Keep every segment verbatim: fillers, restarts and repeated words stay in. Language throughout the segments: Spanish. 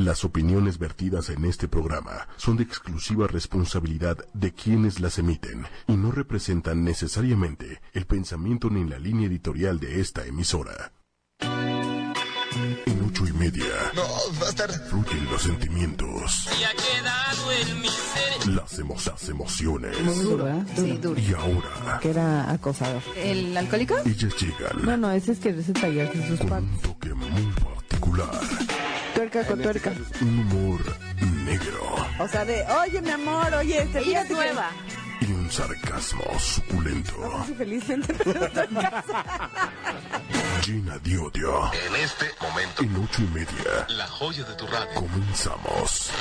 Las opiniones vertidas en este programa son de exclusiva responsabilidad de quienes las emiten y no representan necesariamente el pensamiento ni la línea editorial de esta emisora. En ocho y media. No, va a estar. Fluyen los sentimientos. Y ha quedado en mi ser. Las, emo las emociones. Muy duro, ¿eh? Sí, duro. Y ahora. Que era acosador. ¿El alcohólico? Ellas llegan. No, no, ese es que se tallarse sus con partes. un toque muy particular. Tuerca con tuerca. Un humor negro. O sea, de, oye, mi amor, oye, este Ella es nueva. Y un sarcasmo suculento. Que... Felizmente, pero estoy casada. Gina Diodio. En este momento. En ocho y media. La joya de tu radio. Comenzamos.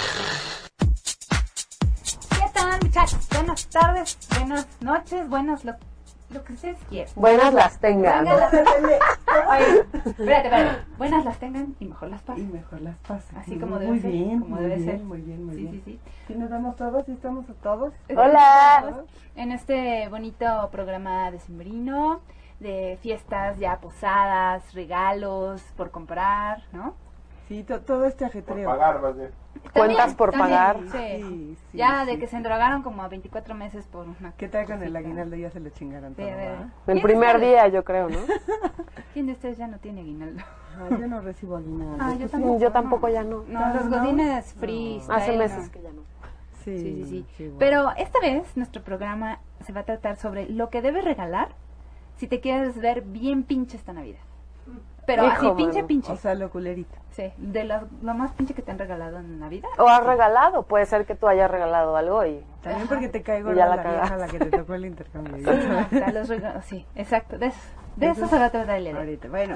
¿Qué tal, muchachos? Buenas tardes, buenas noches, buenas lo, lo que ustedes quieran. Buenas las tengan. Buenas las tengan. Oye, espérate, espérate. Buenas las tengan y mejor las Y pasen. mejor las pasen. Así como debe muy ser. bien, como muy debe bien, ser. muy bien, muy sí, bien. Sí, sí, ¿Sí nos vemos todos? ¿Sí estamos a todos? Hola. En este bonito programa decembrino de fiestas ya posadas, regalos por comprar, ¿no? Sí, to todo este ajetreo. Por pagar, más bien. Cuentas por también, pagar. Sí. Sí, sí, ya sí. de que se endrogaron como a veinticuatro meses por una. ¿Qué tal con el cosita. aguinaldo? Ya se lo chingaron Sí, todo, a ver. ¿verdad? El ¿Quién primer de día, yo creo, ¿no? ¿Quién de ustedes ya no tiene aguinaldo? Ah, yo no recibo aguinaldo. Ah, yo ¿Tú sí? tampoco. Yo tampoco ya no. No, los ¿no? godines free. Hace style, meses no. que ya no. Sí, Sí, sí, sí. qué bueno. Pero esta vez nuestro programa se va a tratar sobre lo que debes regalar si te quieres ver bien pinche esta Navidad. Pero Hijo, así, pinche, mano. pinche. O sea, lo culerito. Sí, de lo, lo más pinche que te han regalado en Navidad. O has regalado, puede ser que tú hayas regalado algo y... También porque te caigo Y la, ya la la vieja a la cagaste. que te tocó el intercambio. Sí, no, o sea, los regalos, sí, exacto. De eso, de eso se va a tratar el día de hoy. Ahorita, bueno.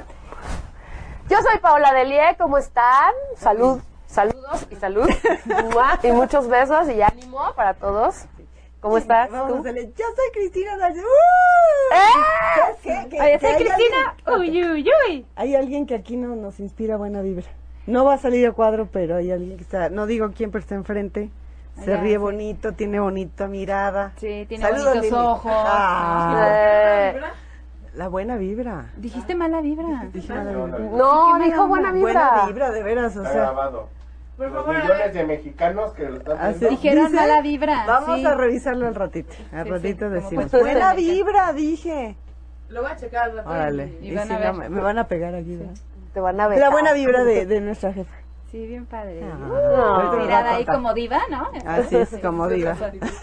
Yo soy Paola Delie, ¿cómo están? Salud, saludos y salud. Mua, y muchos besos y ánimo para todos. ¿Cómo estás Vamos tú? a hacerle, yo soy Cristina García. ¡Uh! ¡Eh! ¿Qué, qué, Oye, qué soy hay Cristina. alguien- Uy, uy, uy. Hay alguien que aquí no nos inspira buena vibra. No va a salir a cuadro, pero hay alguien que está, no digo quién, pero está enfrente. Se Allá, ríe sí. bonito, tiene bonita mirada. Sí, tiene Saludos, bonitos Lili. ojos. Ah, Eh, la buena vibra. Dijiste mala vibra. Dije mala vibra. no, qué dijo mala buena onda. vibra. Buena vibra, de veras, o Está sea. grabado. Los millones de mexicanos que lo están Así- viendo. Dijeron ¿Dice? mala vibra. Vamos sí. a revisarlo al ratito. Al Sí, ratito sí, como decimos. pues, Buena polémica. vibra, dije. Lo voy a checar al rato. Órale. Y Y van si a ver. no, me, me van a pegar aquí, ¿verdad? Te van a ver. La buena vibra de, de nuestra jefa. Sí, bien padre. Ah, No. ahorita nos va a Mirada ahí contar. como diva, ¿no? Así es, como diva.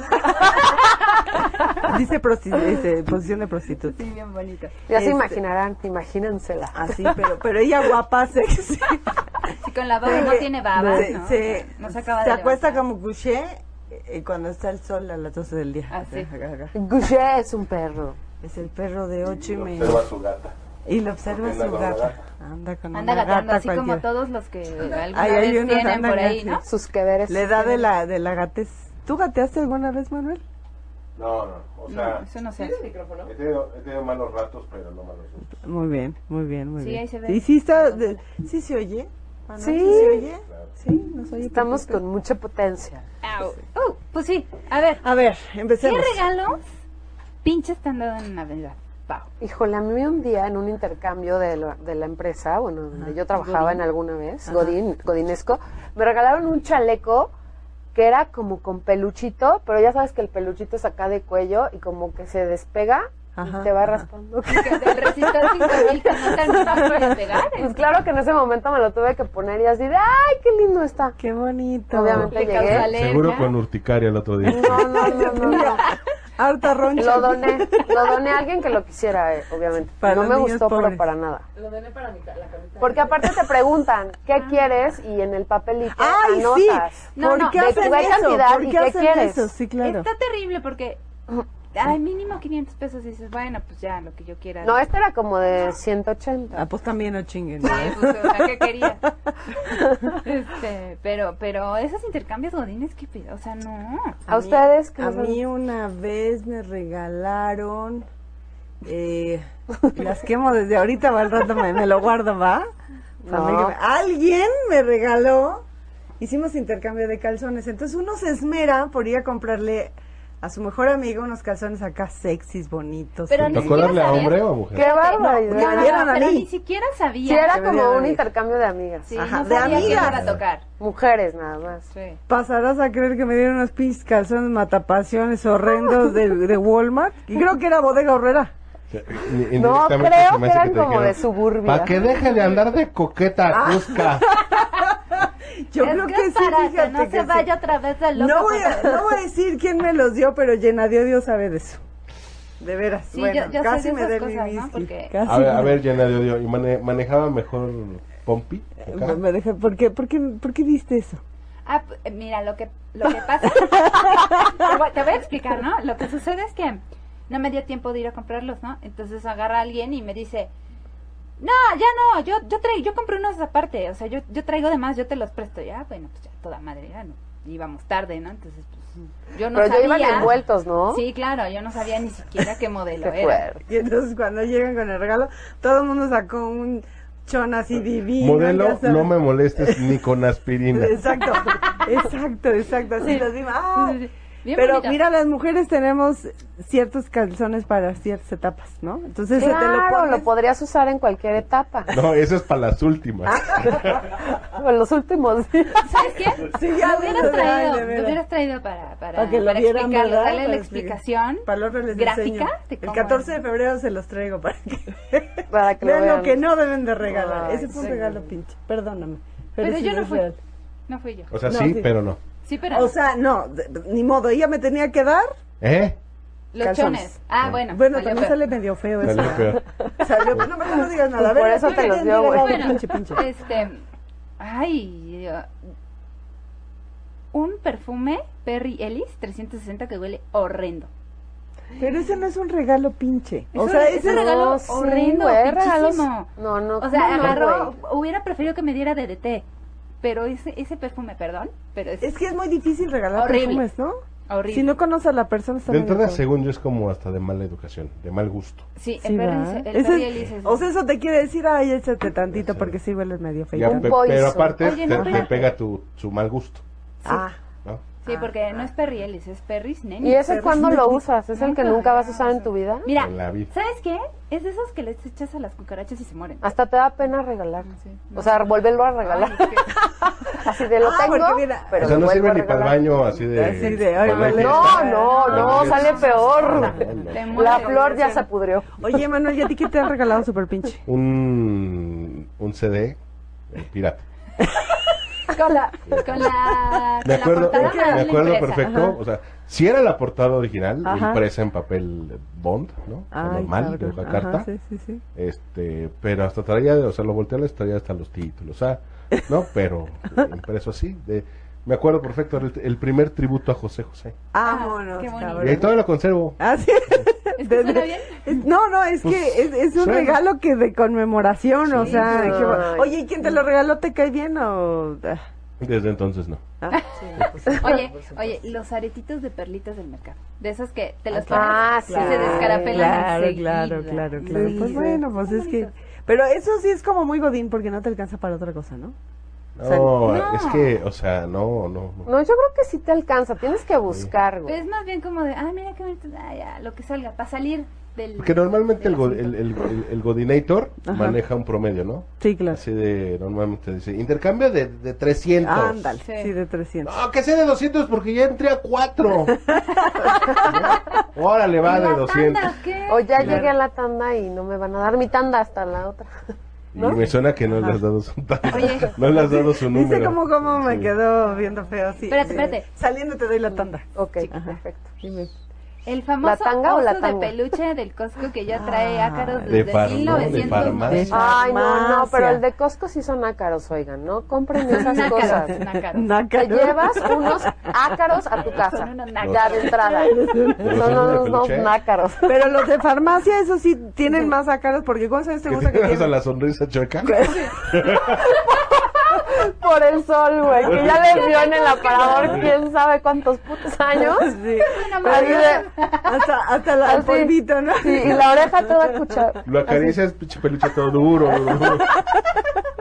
Dice, prosti dice posición de prostituta. Sí, bien bonito. Ya se Este- imaginarán, imagínensela. Así, pero, pero ella guapa, sexy. Sí, con la baba no tiene baba, Se, ¿no? se, no se acaba se de acuesta levantar. como couché eh, cuando está el sol a las doce del día. Ah, sí. Acá, acá. Gouché es un perro. Es el perro de ocho y Y media. observa a su gata. Y lo observa Porque su anda con la gata. gata. Anda con Anda una gateando gata así como cualquiera. todos los que alguna Ay, hay vez unos tienen andan por ahí, así. ¿no? Sus que veres. Le da de la, de la gatez. ¿Tú gateaste alguna vez, Manuel? No, no. O sea, No, eso no se ¿Tienes hace. micrófono? he, tenido, he tenido malos ratos, pero no malos sustos. Muy bien, muy bien, muy Sí, bien. ahí se ve. ¿Y sí está, de- sí se oye? Manuel, Sí. se oye? Claro. Sí, nos oye. Estamos perfecto. con mucha potencia. Au. Uh, pues sí, a ver, A ver, ¿qué empecemos. regalos pinches te han dado en Navidad, Pau? Híjole, a mí un día en un intercambio de la, de la empresa, bueno, donde Ajá. yo trabajaba Godín. en alguna vez, Ajá. Godín, Godinesco, me regalaron un chaleco que era como con peluchito, pero ya sabes que el peluchito es acá de cuello y como que se despega Ajá, y te va ajá. raspando. Que del resistor cinco mil que no terminaste de pegar. Pues claro que en ese momento me lo tuve que poner y así de, ¡ay, qué lindo está! Qué bonito. Obviamente Le causa llegué. alergia. Seguro con urticaria el otro día. No, no, no, no, no. Harta roncha. Lo doné, lo doné a alguien que lo quisiera, eh, obviamente. Para no los me niños gustó, pobres. pero para nada. Lo doné para mi ca- la camita. Porque aparte te preguntan, ¿qué quieres? Y en el papelito ¡Ay, anotas. sí! No, ¿Por no, qué de hacen qué eso? cantidad ¿Por y qué qué hacen quieres? eso? Sí, claro. Está terrible porque, ay, mínimo quinientos pesos y dices, bueno, pues ya, lo que yo quiera. No, este era como de ciento ochenta. Ah, pues también no chinguen. Sí, pues, o sea, ¿qué quería? Este, pero, pero esos intercambios godines, ¿qué pedo? O sea, no. ¿A ustedes qué A les mí una vez me regalaron, eh, las quemo desde ahorita, va al rato me, me lo guardo, ¿va? No. A mí que me- Alguien me regaló, hicimos intercambio de calzones, entonces uno se esmera por ir a comprarle a su mejor amiga unos calzones acá sexys, bonitos. Pero ¿Te ni tocó siquiera darle a sabías. hombre o a mujer? ¡Qué No, barbaridad! porque me dieron a pero mí. ni siquiera sabía. Sí, era que me como dieron un a mí. intercambio de amigas. Sí, Ajá, no de sabía amigas. qué para tocar. Mujeres nada más. Sí. Pasarás a creer que me dieron unos pinches calzones matapasiones horrendos de, de Walmart. Y creo que era Bodega Horrera. O sea, in- No, indirectamente creo se me que hace eran te como dijeron, de suburbia. Para que deje de andar de coqueta, Cusca. Yo Es creo que que sí, para que fíjate no que se sí. vaya otra vez el loco. No voy, a, no voy a decir quién me los dio, pero llena de Dios sabe de eso. De veras. Sí, bueno, yo- yo sé casi de me esas dé mi cosas, ¿no? whisky. Porque- Casi A ver, a me- ver, llena de odio. ¿Y mane- manejaba mejor Pompi? Acá. Me dejé, ¿por, qué, por, qué, ¿Por qué diste eso? Ah, p- mira, lo que, lo que pasa... te, voy, te voy a explicar, ¿no? Lo que sucede es que no me dio tiempo de ir a comprarlos, ¿no? Entonces agarra a alguien y me dice... No, ya no, yo yo traigo, yo compré unos aparte, o sea, yo yo traigo de más, yo te los presto. Ya, bueno, pues ya toda madre, ya no, íbamos tarde, ¿no? Entonces, pues, yo no Pero ya sabía. iban envueltos, ¿no? Sí, claro, yo no sabía ni siquiera qué modelo Qué era. fuerte. Y entonces cuando llegan con el regalo, todo el mundo sacó un chon así divino. Modelo, ya sabes. no me molestes ni con aspirina. Exacto, exacto, exacto, así los dimos. ¡Ah! Sí, sí, sí. Bien Pero bonito. mira, las mujeres tenemos ciertos calzones para ciertas etapas, ¿no? Entonces se te lo Claro, pones. lo podrías usar en cualquier etapa. No, eso es para las últimas. O en los últimos días. ¿Sabes qué? Sí, ya lo hubieras ves, traído, ay, de lo veras. hubieras traído para, para, Para que lo para vieran, explicarlo, ¿verdad? darle la Para explicación Para el otro les gráfica enseño. de El cómo catorce de es. febrero se los traigo para que Para que lo vean lo vean. que no deben de regalar. Ay, Ese fue un sí. regalo pinche, perdóname. Pero sí yo no es fui. real. No fui yo. O sea, No, sí, sí. pero no. Sí, pero O sea, no, de- de- ni modo, ella me tenía que dar. ¿Eh? los calzones. chones. Ah, bueno. Bueno, salió también peor. sale medio feo eso. Salió ¿verdad? Salió, no, no, no digas nada. A Por ver, eso ¿tú te qué los te dio, han güey. regalado, Bueno, pinche, pinche? este, ay, eh, un perfume Perry Ellis trescientos sesenta que huele horrendo. Pero ese no es un regalo pinche. Es O un- sea, es ese un regalo sí, horrendo, güey, regalos- pinchísimo. No, no, O sea, ¿cómo no, agarró, güey? hubiera preferido que me diera D D T, pero ese ese perfume, perdón, pero es, es que es muy difícil regalar Horrible. perfumes, ¿no? horrible. Si no conoces a la persona, está De medio entrada, cabrón. según yo, es como hasta de mala educación, de mal gusto. Sí, Sí, el Perry, ¿verdad? el Ese Perry es- Ellis es- o sea, eso te quiere decir, ay, échate tantito Sí. porque sí hueles medio Ya, feito. Un pe- poison. pero aparte Oye, no, te, pero- te pega tu, su mal gusto, Ah, ¿no? sí, porque no es Perry Ellis, es Perry's Neni. ¿Y ese Pero cuándo es lo muy- usas? ¿Es el que Nunca. nunca vas a usar en tu vida? Mira, En la vida. ¿sabes qué? Es de esos que les echas a las cucarachas y se mueren. Hasta te da pena regalar. Sí. O sea, volverlo a regalar. Ay, es que- Así de lo Ah, tengo, porque mira, pero O sea, lo no vuelvo sirve a ni para el regalar. baño así de... Así de, ay, con la huele. fiesta. No, no, no, Huele. sale peor. No, no, Te no. mueres. La flor ya se pudrió. oye, Manuel, ¿y a ti qué te han regalado super pinche? Un, un C D eh, pirata. Con la, con la, Me con la acuerdo, portada me mal acuerdo impresa. perfecto, Ajá. o sea, si era la portada original, Ajá. impresa en papel Bond, ¿no? O sea, Ay, normal, de cabrón. hoja Ajá, carta. sí, sí, sí. Este, pero hasta traía, o sea, lo volteé, traía hasta los títulos, ah, ¿no? Pero impreso así, de, me acuerdo perfecto, el, el primer tributo a José José. Vámonos, qué bonito. cabrón. Y ahí todavía lo conservo. Ah, sí. ¿Es que suena bien? Es- No, no, es Pues, que es, es un suena. regalo que de conmemoración, o Sí, sea, sí. qué bu- oye, ¿y quién te lo regaló? ¿Te cae bien o...? ah? Desde entonces no. Ah, sí, pues sí. Oye, oye, los aretitos de perlitas del mercado. De esos que te los pones Ah, y sí. se descarapelan Claro, enseguida. claro, claro, claro. Sí, Pues sí. bueno, pues Son es que... bonitos. Pero eso sí es como muy godín porque no te alcanza para otra cosa, ¿no? O sea, No, no. es que, o sea, no, no, no. No, yo creo que sí te alcanza. Tienes que buscar, Pero güey. es más bien como de, ah, mira qué bonito, ah, ya, lo que salga, para salir del... Porque normalmente el, del go- asunto. el, el, el- el Godinator Ajá. maneja un promedio, ¿no? Sí, claro. Así de, normalmente dice, intercambio de, de trescientos. Ándale, Sí. sí, de trescientos. No, que sea de doscientos porque ya entré a cuatro. Órale, va ¿Y de la doscientos. tanda, qué? O ya Claro. llegué a la tanda y no me van a dar mi tanda hasta la otra. Y me suena que no le has dado su Oye. no le has dado su número. Dice cómo, cómo me Sí. quedó viendo feo. Sí, Espérate, sí. espérate. Saliendo te doy la tanda. Ok, Ajá. perfecto. Dime. El famoso ¿La tanga o la oso tanga? de peluche del Costco que ya trae Ah, ácaros de desde far- ¿no? mil De novecientos. farmacia. Ay, no, no, Farmacia. pero el de Costco sí son ácaros, oigan, ¿no? Compren esas Nácaros, cosas. nácaros. Te Nácaro. llevas unos ácaros a tu casa. Son unos Ya nácaros. de entrada. ¿Los Son osos de unos peluche? nácaros. Pero los de farmacia, eso sí, tienen más ácaros porque ¿cómo sabes te ¿Que gusta que tienes a tienen? la sonrisa chueca? Por el sol, güey, que ya les vio en el aparador quién sabe cuántos putos años. Sí. Una Pero Así madre. de- hasta, hasta la, el Así. polvito, ¿no? Sí, y la oreja toda cuchara. Lo acaricias, pinche peluche todo duro.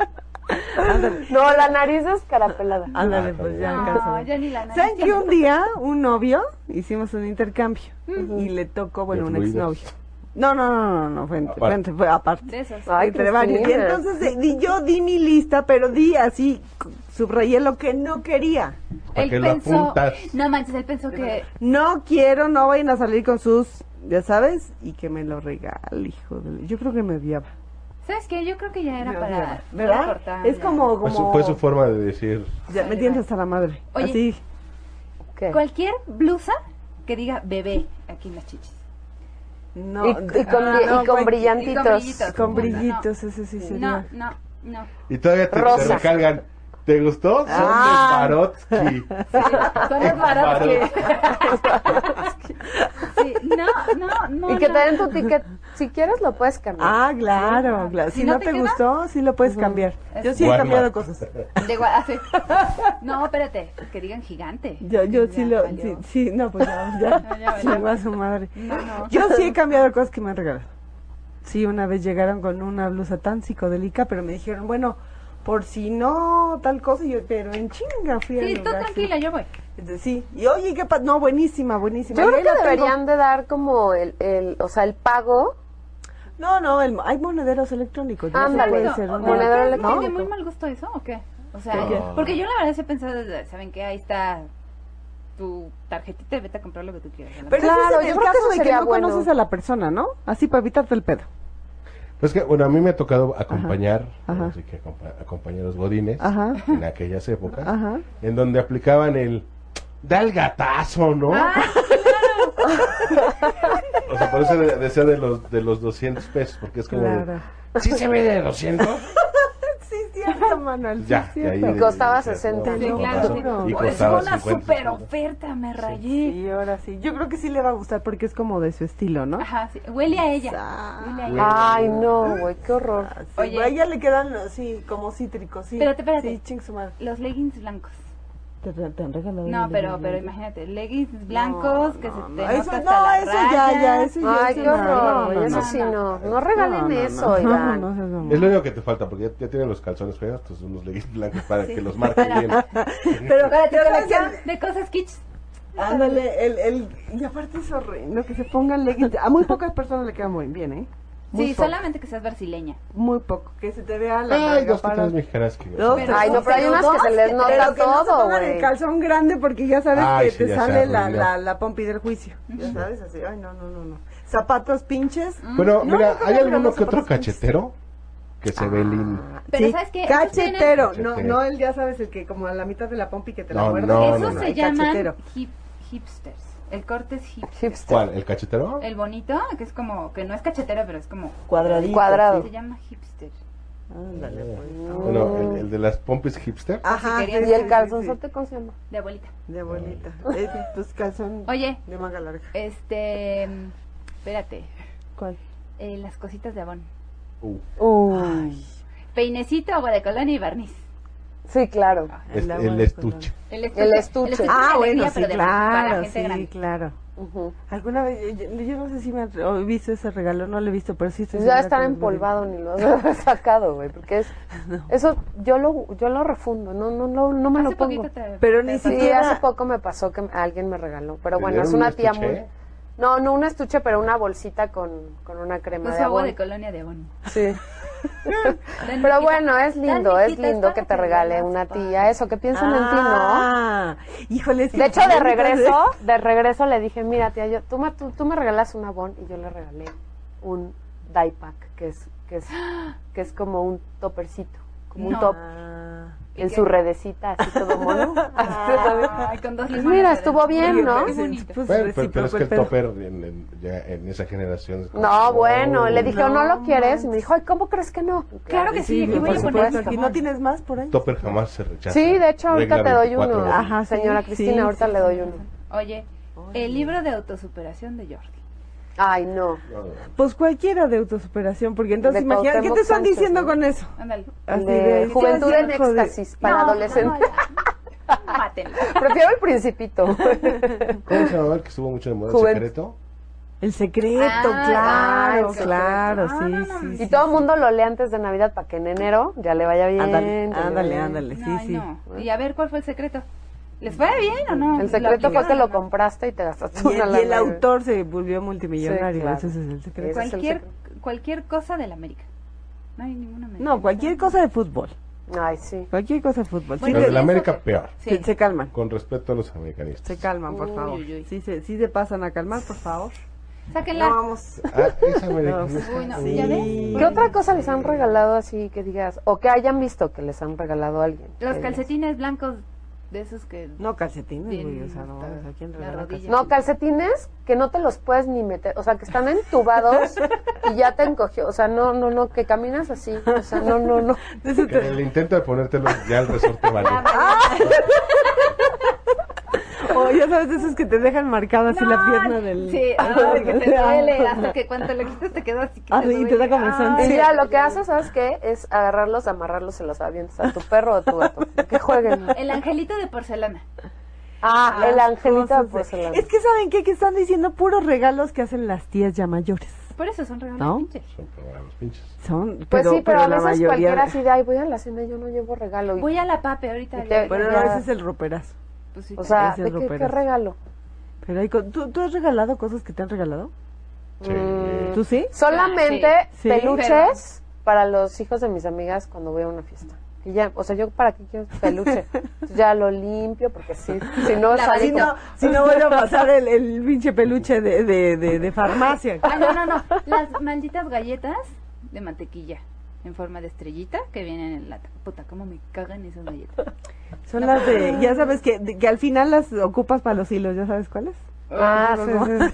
No, la nariz es carapelada. Ándale, pues ya, No, cánsame. ya ni la nariz ¿Saben que tiene. un día un novio hicimos un intercambio y le tocó, bueno, ¿De un fluidos? exnovio? No, no, no, no, no, fue, entre, Aparte. fue, entre- fue aparte. De esos. Ay, entre varios. Y Cristina. entonces eh, di- yo di mi lista, pero di así, c- subrayé lo que no quería. ¿Para Él qué lo pensó, apuntas? no manches, él pensó que No quiero, no vayan a salir con sus, ya sabes, y que me lo regale, hijo de... Yo creo que me odiaba. ¿sabes qué? Yo creo que ya era Me para, odiaba, para ¿verdad? cortar, Es ya. como, Fue su, como... fue su forma de decir, Ya, me tienes hasta la madre. Oye. Así. ¿Qué? Cualquier blusa que diga bebé aquí en las chichis. No, Y, y con, ah, bri- no, y con cual- brillantitos. y con brillitos. Con No, brillitos, ese sí No, sería. no, no. y todavía te, te Rosa. recalgan, ¿te gustó? Son Ah. de Swarovski. Son los baratos que... Sí, no, no, no. Y que no. te den tu ticket. Si quieres, lo puedes cambiar. Ah, claro, claro. Si, Si no, no te, te queda, gustó, sí lo puedes cambiar. Yo sí he Walmart. cambiado cosas. De gua- así. No, espérate, que digan gigante. Yo, yo Ya sí lo, valió. sí, sí, no, pues ya, ya, No, ya valió. chingó a su madre. No, no. Yo sí he cambiado cosas que me han regalado. Sí, una vez llegaron con una blusa tan psicodélica, pero me dijeron, bueno, por si no, tal cosa, y yo, pero en chinga fui al Sí, tú lugar, tranquila, yo voy. Sí. Sí, y oye, qué pa- no, buenísima, buenísima. Yo Y creo ahí que la tengo. deberían de dar como el, el, o sea, el pago. No, no, el- hay monederos electrónicos. ya se Ándale, puede No, hacer o- una- monedero ¿no? electrónico. ¿De muy mal gusto eso o qué? O sea, ¿Qué? yo- porque yo la verdad sí he pensado, ¿saben qué? Ahí está tu tarjetita y vete a comprar lo que tú quieras. ¿no? Pero Claro, eso es en yo el creo que caso eso de que sería no bueno. conoces a la persona, ¿no? Así para evitarte el pedo. Pues que, bueno, a mí me ha tocado acompañar, Ajá. así que acompa- acompañar a los godines Ajá. en aquellas épocas, Ajá. en donde aplicaban el da el gatazo, ¿no? Ah, O sea, por eso de- decía de los de los doscientos pesos, porque es como de, Claro. ¿sí se ve de doscientos? Sí, cierto, Manuel. Ya, sí, y ahí cierto. Y costaba decías, sesenta. no, sí, no, claro. no, Sí. y Pues costaba fue una cincuenta, super cincuenta. oferta, me rayé. Y ahora sí. Yo creo que sí le va a gustar porque es como de su estilo, ¿no? Ajá, sí. Huele a ella. Ah. Huele a ella. Ay, no, güey, qué horror. Sí, Oye. a ella le quedan así, como cítricos, sí. Espérate, espérate. Sí, ching su madre. Los leggings blancos. ¿Te, te han regalado? No, un pero, legging pero blanco? imagínate, leggings blancos que se te no, nota eso, hasta no, la eso raya. ya, ya, eso ya. Ay, eso qué no, horror, no, güey, no, eso no. sí no. No regalen No, no, eso, no, oigan. no, no, no, no. Es lo único que te falta, porque ya, ya tienen los calzones feos, pues unos leggings blancos para que los marquen Para- bien. Pero, Para tu pero colección ¿sabes? de cosas kitsch. Ándale, el, el, y aparte es horrible que se pongan leggings. A muy pocas personas le quedan muy bien, ¿eh? Muy Sí, poco, solamente que seas brasileña. Muy poco, que se te vea la Ay, nalga dos que para- tres mexicanas que... Dos, Pero- Ay, no, pero hay unas que se les nota Pero que no se todo, pongan el güey. calzón grande porque ya sabes Ay, que sí, te ya se sale la, arruinó. la, la pompi del juicio. Ya sabes, así, ay, no, no, no, no. Zapatos pinches. Bueno, No, mira, nunca hay me alguno regaló que otro zapatos pinches. cachetero que se ve lindo. Pero Sí, ¿sabes qué? Cachetero, Cachetero. no, no el ya sabes, el que como a la mitad de la pompi que te la No, guardas. no, Esos no, no. se El llaman cachetero. hip, hipsters. El corte es hip. Hipster. ¿Cuál? ¿El cachetero? El bonito, que es como, que no es cachetero, pero es como... Cuadradito. Cuadrado. Se llama hipster. Ándale, pues. Bueno, el, el de las pompis hipster. Ajá, Si querías- sí, ¿Y sí, el sí, calzonzote cómo se llama? De abuelita. sí, de abuelita. Eh, pues calzón Oye, de manga larga. este... Espérate. ¿Cuál? Eh, las cositas de Avon. Uh, Uy. Peinecito, agua de colonia y barniz. Sí, claro. es- agua el de estuche. El El estuche. Ah, de bueno, alegría, sí, pero de- para claro, gente sí, grande. claro. Ujú. Alguna vez, yo, yo- yo no sé si me han he visto ese regalo, no lo he visto, pero sí estoy Ya segura estar que lo vi. empolvado ni lo has sacado, güey, porque es eso yo lo yo lo refundo, no no no, no me Hace lo pongo. poquito te... Pero ni te- Sí, siquiera- hace poco me pasó que alguien me regaló, pero ¿Te bueno, es dieron una un tía estuche? muy No, no un estuche, pero una bolsita con, con una crema Pues de agua Avon. de colonia de Avon. Sí. Dan Pero mijitas- bueno, es dan lindo, es mijitas lindo para que te regale veas una padre. tía eso, que piensen en ti, ¿no? Ah, híjole, es que De hecho, de bonitas, regreso, ¿eh? de regreso le dije, mira tía, yo, tú, me, tú, tú me regalas un Avon y yo le regalé un dye pack, que es, que es, que es como un topercito, como un No. top Ah, en su redecita, así todo mono. Ay, con dos Pues limones mira, de estuvo dentro. bien, Muy ¿no? muy bonito. pues, Bueno, pero, pero es recíproco que el el pedo. topper en, en- ya en esa generación es como, No, bueno, le dije, no, no, lo quieres, manches. y me dijo, ay, ¿cómo crees que no? Claro que sí, Sí, aquí por voy a poner supuesto, mi aquí jamón. no tienes más por ahí. topper jamás se rechaza. Sí, de hecho, ahorita Regla te doy veinticuatro uno. de- Ajá, sí, Señora sí, Cristina, ahorita sí, le doy uno. Oye, el libro de autosuperación de Jordi. Ay, no. No, no. Pues cualquiera de autosuperación, porque entonces De imagínate, ¿qué Cuauhtémoc te están Sánchez, diciendo ¿no? con eso? Ándale. Así De de, Juventud ¿qué en hacías, joder? éxtasis para No, adolescentes. no, ya. Mátenlo. Prefiero el Principito. ¿Cómo se llamaba el que estuvo mucho de moda? Juven- ¿Secreto? El secreto, Ah, claro, el secreto. claro, Ah, sí, no, no, sí, no. sí. Y todo el mundo lo lee antes de Navidad para que en enero ya le vaya bien. Ándale, ya le ándale, vaya- ándale, sí, No, sí. no. Y a ver, ¿cuál fue el secreto? ¿Les fue bien o no? El secreto fue que lo compraron. compraste y te gastaste Y una el, y el lana. autor se volvió multimillonario, Sí, claro. ese es el secreto. Ese es el Cualquier, secreto. cualquier cosa del América. No hay ninguna América. No, cualquier cosa de fútbol. Ay, sí. Cualquier cosa de fútbol. Sí, Bueno, Los se- de la sí, América eso que- peor. Sí. se, se calman. Con respeto a los americanistas. Se calman, por Uy, favor. uy, uy. Sí, se, sí se pasan a calmar, por favor. Sáquenla. No, vamos. Ah, es americanista. Uy, no, Sí. ¿ya ves? ¿Qué otra cosa les han regalado así que digas? O que hayan visto que les han regalado a alguien. Los Que calcetines blancos de esos que... No, calcetines, güey, Bien, o sea, no, hasta o sea, ¿quién la regala rodilla. digas. No, calcetines que no te los puedes ni meter. O sea, que están entubados y ya te encogió. O sea, no, no, no, que caminas así. O sea, no, no, no. Ese Que te- el intento de ponértelo ya el resorte valió. O ya sabes, de esos que te dejan marcada así la pierna del... Sí, ay, que te duele. Hasta que cuando lo quitas te queda así que Ah, te sí, te duele. da comezón. Ay, Y ya lo que haces, ¿sabes qué? Es agarrarlos, amarrarlos, se los avientas a tu perro o a tu gato. Que jueguen. El angelito de porcelana. Ah, el angelito de Cosas de- porcelana. Es que ¿saben qué? Que están diciendo puros regalos que hacen las tías ya mayores. Por eso son regalos ¿No? pinches. Son programas pinches. Son, Pues pero, sí, pero, a la veces mayoría... cualquiera así de, ay, voy a la cena y yo no llevo regalo. Y- Voy a la pape ahorita. Y te- ya- Bueno, no, Ya. ese es el roperazo. pues sí, o sea, ese ¿de es qué, qué roperazo. regalo? Pero hay co- ¿tú, ¿tú has regalado cosas que te han regalado? Sí. Mm, ¿Tú sí? Solamente Sí. peluches para los hijos de mis amigas cuando voy a una fiesta. Y ya, o sea, yo para qué quiero peluche. Ya lo limpio porque si, si no La sale Si como- no, si no vuelve a pasar el, el pinche peluche de, de, de, de farmacia. Ah, no, no, no. Las malditas galletas de mantequilla en forma de estrellita que vienen en lata. Puta, cómo me cagan esas galletas. Son las de, ya sabes que, de- que al final las ocupas para los hilos, ¿ya sabes cuáles? Ah, sí,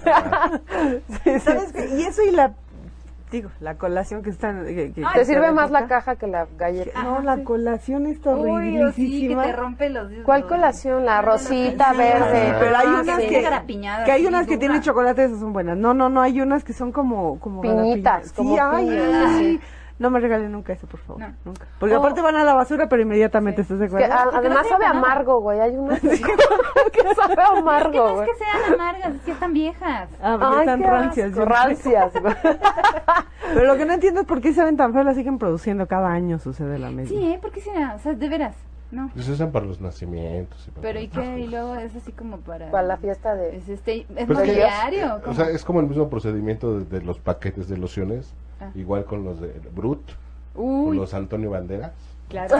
sí. ¿Sabes qué? Y eso y la, digo, la colación que están... que- que- Te sirve más la época. caja que la galleta. No, la colación está Uy, o sí, que horriblísima. te rompe los dedos. ¿Cuál colación? La rosita verde. Ah, Pero hay Ah, unas sí. que, garapiñadas, que hay sí, unas que dura. tienen chocolate, esas son buenas. No, no, no, hay unas que son como... como Piñitas, garapiñas. como Sí, ay, piñas, ay, sí. no me regalen nunca eso, por favor. No. Nunca. Porque Oh. aparte van a la basura, pero inmediatamente, ¿estás de Que, acuerdo? a- además no sabe sirve nada. amargo, güey. Hay unas que, que sabe Que amargo, no es güey. que sean amargas, es que están viejas. Ah, porque Ay, están qué rancias. asco, yo no sé. rancias, güey. Pero lo que no entiendo es por qué saben tan feo, la siguen produciendo cada año, sucede la misma. Sí, ¿eh? ¿Por qué será? O sea, de veras. No. Pues se usan para los nacimientos. Y para Pero ¿y otras qué? Y cosas. luego es así como para... Para la fiesta de... Es, este, es Pues que- mobiliario. O ¿cómo? sea, es como el mismo procedimiento de, de los paquetes de lociones. Ah. Igual con los de Brut, con Uy, los Antonio Banderas. claro.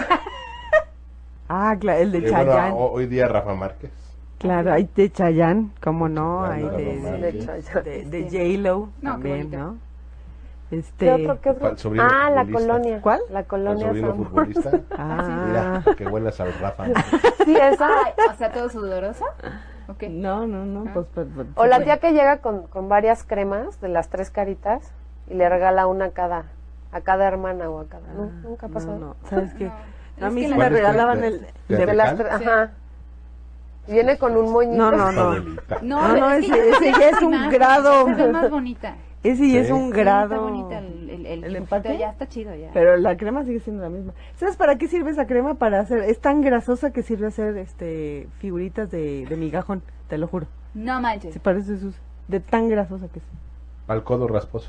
Ah, claro, el de Eh, bueno, Chayán. ho- hoy día Rafa Márquez. Claro, hay de Chayán, cómo no, Claro, hay Rafa de, Márquez. de, De Chayanne. de, de Este. J-Lo No, qué también, bonito. ¿no? ¿Qué Este... otro, qué otro? Para el sobrino Ah, la futbolista. colonia. ¿Cuál? La Con colonia sobrino Zamora. futbolista. Ah, Mira, que huelas al Rafa. Sí, esa. Ay, o sea, todo sudoroso. Ok. no, no, no, Ah. pues... pues, pues, O la sí. tía que llega con, con varias cremas de las tres caritas y le regala una a cada, a cada hermana o a cada. ¿No? Nunca ha pasado. No, no, ¿sabes qué? No, A es mí que sí la- me ¿Cuál es regalaban de- el... de- de- De de- las cal? tres, ajá. Viene con un moñito. No, no, no. Abuelita. No, No, pero no, es que ese- ya ese se ya es un imagen, grado. Se ve más bonita. Ese ya es Sí. un Sí, grado... está bonita el, el, el ¿El dibujito, empaque? ya está chido ya. Pero la crema sigue siendo la misma. ¿Sabes para qué sirve esa crema? Para hacer... Es tan grasosa que sirve hacer este figuritas de, de migajón, te lo juro. No manches. Se parece sus... De tan grasosa que es. Al codo rasposo.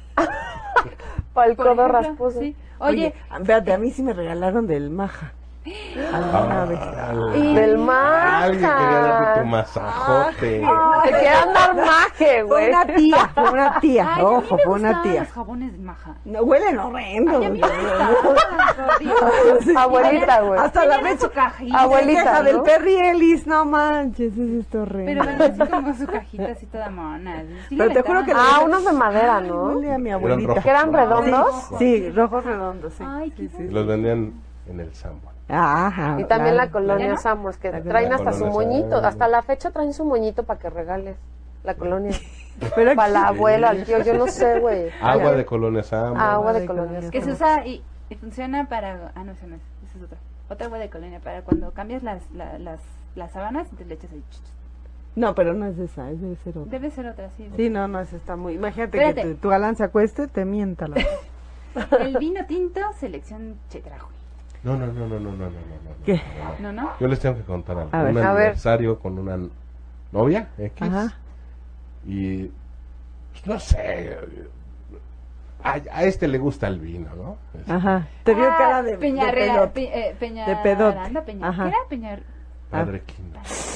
Para el Por codo ejemplo, rasposo. sí. Oye, ah, espérate, a mí sí me regalaron del Maja. Alguna vez. Al- Del maja. Alguien quería darte tu masajote. Te quieran dar maje, Fue güey. una tía, fue una tía, ay, a mí ojo, me fue una gustaban tía. los jabones de maja. No, huelen horrendo. Ay, a mí me gustaban, por Dios. Sí. Abuelita, güey. Hasta la Tenían fecha. su cajita. Abuelita, Queja ¿no? del Perry Ellis, no manches, eso está horrendo. Pero ven así como su cajita así toda mona. Sí Pero le te juro aventaban. que Ah, unos de madera, ¿no? Huele a mi Eran abuelita. rojos. ¿Que eran redondos? Sí, rojos redondos, sí. Ay, qué Sí, sí. Y los vendían en el Sambo. Ajá. Y también claro. la colonia ¿Ya no? Samos, que La traen colonia hasta su Samos. moñito. Hasta la fecha traen su moñito para que regales. La colonia. Pero Para la abuela, al tío, yo no sé, güey. Agua de colonia Sambo. Agua de de colonia. colonia. Que se usa y, y funciona para... Ah, no, esa no es. Esa es otra. Otra agua de colonia para cuando cambias las, la- las, las sábanas y te le echas ahí. ch, ch. No, pero no es esa, es debe ser otra. Debe ser otra, sí. Sí, no, no, esa está muy... Imagínate Espérate. que tu, tu galán se acueste, te mienta la... El vino tinto, selección Chedraui. No, no, no, no, no, no, no, no, no. ¿Qué? ¿No, no? Yo les tengo que contar algo. A ver. Un A ver. aniversario con una novia X. Ajá. Y pues, no sé, a, a este le gusta el vino, ¿no? Es- Ajá. Te vio Ah, cara de, de Peñarrea, pedote. Pe- eh, Peña De pedote. Aranda, Peña- Ajá. ¿Qué era Peñar? Padre Quino.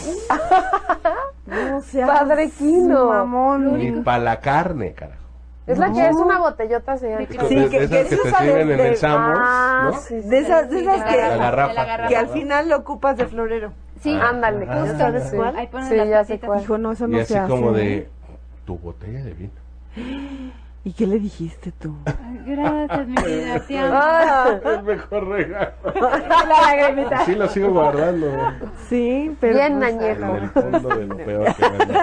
No seas Padre Quino. mamón. Ni para la carne, carajo. Es la que es una botellota, señor. De De, Sí, de que- esas que que se te usa sirven de- en el de- Sambors, Ah, ¿no? sí, sí. De esas, de Sí, esas de que, La garrafa. de la garrafa. que al final lo ocupas de florero. Sí, Ándale, Ajá. justo. ¿Sabes Sí. cuál? ahí ponen Sí, las ya sé patitas. cuál. Dijo, no, eso Y no así se hace. como de tu botella de vino. ¿Y qué le dijiste tú? Ay, gracias, mi vida, te amo. Ah, El mejor regalo. La lagrimita. Sí lo sigo guardando Sí, pero... Bien pues, en añejo. el fondo de lo peor que vende.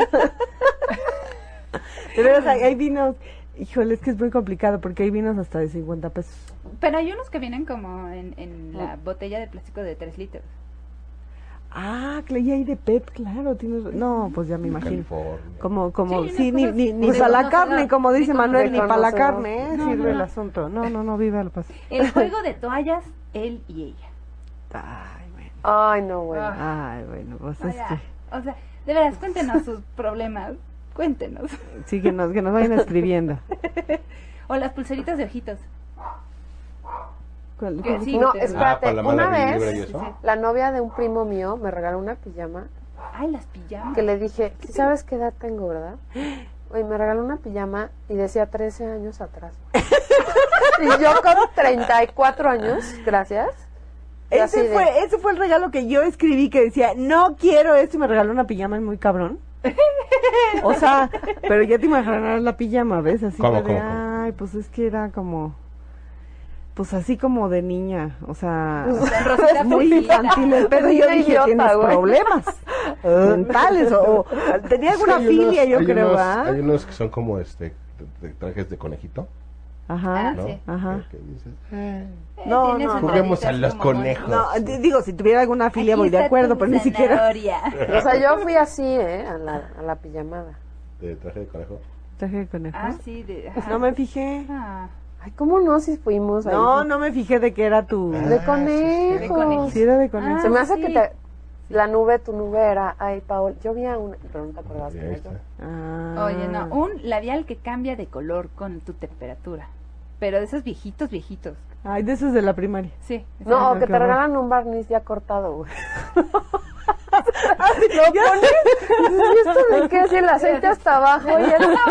de veras, hay, hay vinos... Híjole, es que es muy complicado porque hay vinos hasta de cincuenta pesos. Pero hay unos que vienen como en, en la botella de plástico de tres litros. Ah, claro, y hay de P E T, claro. Tienes... No, pues ya me imagino. California. Como, como, Sí, sí, unas ni, cosas ni, ni de para la conocedor, carne, como de dice Manuel, ni conocedor. para la carne, ¿eh? No, Sirve no, el no. asunto. No, no, no, viva la paz. El juego de toallas, él y ella. Ay, bueno. Ay, no, bueno. Ay, bueno, pues O sea, este... o sea, de veras, cuéntenos sus problemas. Cuéntenos. Sí, que nos, que nos vayan escribiendo. O las pulseritas de ojitos. ¿Cuál- Que cuál- sí. No, te- Ah, espérate, para la una mala vibra vez y eso. la novia de un primo mío me regaló una pijama Ay, las pijamas. que le dije, ¿sí sabes qué edad tengo, verdad? Oye, me regaló una pijama y decía trece años atrás. Y yo con treinta y cuatro años, gracias. y así Ese de- fue, ese fue el regalo que yo escribí que decía, no quiero esto y me regaló una pijama, es muy cabrón. O sea, pero ya te imaginarás la pijama, ¿ves? Así ¿Cómo, fue de, cómo, cómo? ay, pues es que era como, pues así como de niña, o sea, Rosita muy Pulita. infantil el pedo. Y yo Niña dije, idiota, tienes güey. problemas mentales o, o tenía alguna Hay filia, unos- yo hay creo, unos- ¿ah? Hay unos que son como este de, de trajes de conejito, Ajá, Ah, ¿no? sí. ajá. Que, que dices, Eh, No, tiene no. sus Juguemos raditas a los como conejos. No, di- digo, si tuviera alguna filia Aquí voy de está acuerdo, tu pero ni siquiera zanahoria. O sea, yo fui así, ¿eh? A la, a la pijamada. de traje de conejo. traje de conejo. Ah, sí, de, ajá. No me fijé. Ah, Ay, ¿cómo no? Si fuimos ahí. No, no me fijé de que era tu... De Ah, conejos. De conejos. Sí, era de conejo. Se me hace sí. que te... La nube, tu nube era... Ay, Paul, yo vi a una... Pero no te acordabas Y de ahí eso. está. Ah. Oye, no, un labial que cambia de color con tu temperatura. Pero de esos viejitos, viejitos. Ay, de esos de la primaria. Sí. No, Ay, que qué te horror. regalan un barniz ya cortado, güey. Lo pones, ¿y esto de qué? Si el aceite hasta abajo y,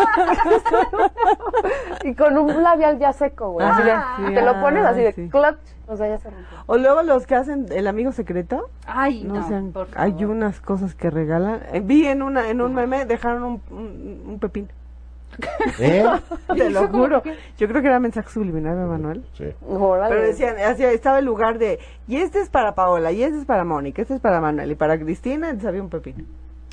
el- y con un labial ya seco, güey. Así de- Ah, sí, te lo pones así de sí. clutch, o sea, ya se rompió. O luego los que hacen el amigo secreto, Ay, no, no, sean, por favor. hay unas cosas que regalan. Eh, vi en una en un meme dejaron un, un, un pepino. ¿Eh? Te lo ¿Eso cómo juro. que? Yo creo que era mensaje subliminal de Manuel. Sí. Órale. Pero decían, así estaba el lugar de, y este es para Paola, y este es para Mónica, este es para Manuel, y para Cristina, entonces había un pepino.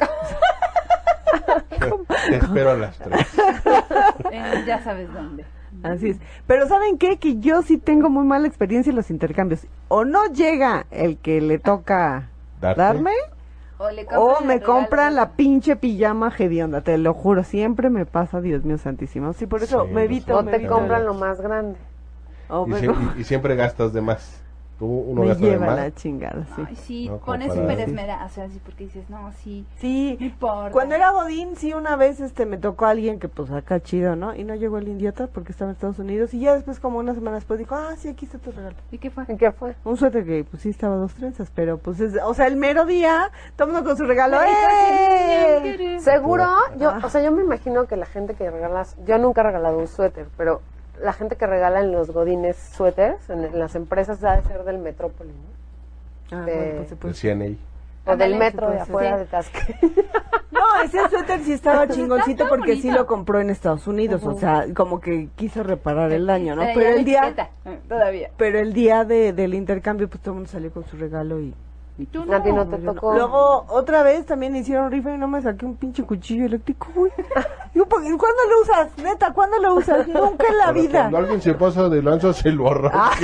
Te espero a las tres. Eh, ya sabes dónde. Así es. Pero ¿saben qué? Que yo sí tengo muy mala experiencia en los intercambios. O no llega el que le toca ¿Darte? darme, O, le o compran me el compran regalo. la pinche pijama hedionda, te lo juro, siempre me pasa, Dios mío santísimo. Sí, por eso Sí, me lo evito. O me te evito. compran lo más grande. O Y, me, sie- y- y siempre gastas de más. Tú, uno me gasta de lleva más. la chingada, sí. Ay, sí, No, como pones para- súper esmerada, o sea, así porque dices, no, sí, Sí, no importa. cuando era Godín, sí, una vez este me tocó a alguien que pues acá chido, ¿no? Y no llegó el idiota porque estaba en Estados Unidos. Y ya después, como una semana después, dijo, ah, sí, aquí está tu regalo. ¿Y qué fue? ¿Y qué fue? Un suéter que pues sí estaba dos trenzas, pero pues es, o sea, el mero día, todo el mundo con su regalo. Ay, ¡Eh! Seguro, yo, Ah. o sea, yo me imagino que la gente que regalas, yo nunca he regalado un suéter, pero la gente que regala en los godines suéteres, en, en las empresas, ha de ser del Metrópoli, ¿no? Ah, de- bueno, pues se El puede. C N A. O del Ándale, metro sí de puede afuera ser. de Tasque. No, ese suéter sí estaba chingoncito Está porque sí bonito. lo compró en Estados Unidos, o sea, como que quiso reparar el daño, ¿no? Traía Pero el la día, etiqueta, eh, todavía. pero el día de, del intercambio, pues todo el mundo salió con su regalo y... ¿Y tú A ti no yo te no. tocó. Luego, otra vez también hicieron rifa y no me saqué un pinche cuchillo eléctrico, güey. Digo, ¿por qué- ¿cuándo lo usas? Neta, ¿cuándo lo usas? Nunca en la Pero vida. Cuando alguien se pasa de lanza, se lo arranque.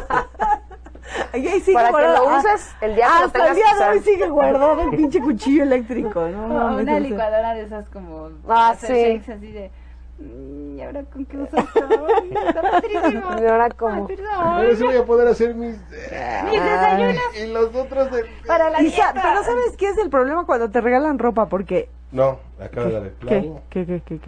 Y ahí sigue Para que guardado. lo uses el día que lo Hasta tengas el día que de usar. hoy sigue guardado el pinche cuchillo eléctrico. No, O mames, una o sea. licuadora de esas como Ah, hacer sí. shakes así de "Mm, ¿y ahora con qué uso esto? Está padrísimo. ¿Y ahora cómo? Ay, Ahora sí perdón. voy a poder hacer mis... Mis desayunos Y los otros de... para la Y sa- dieta. pero ¿sabes qué es el problema cuando te regalan ropa? Porque... No, acaba de dar el ¿Qué? clavo. ¿Qué, qué, qué, qué?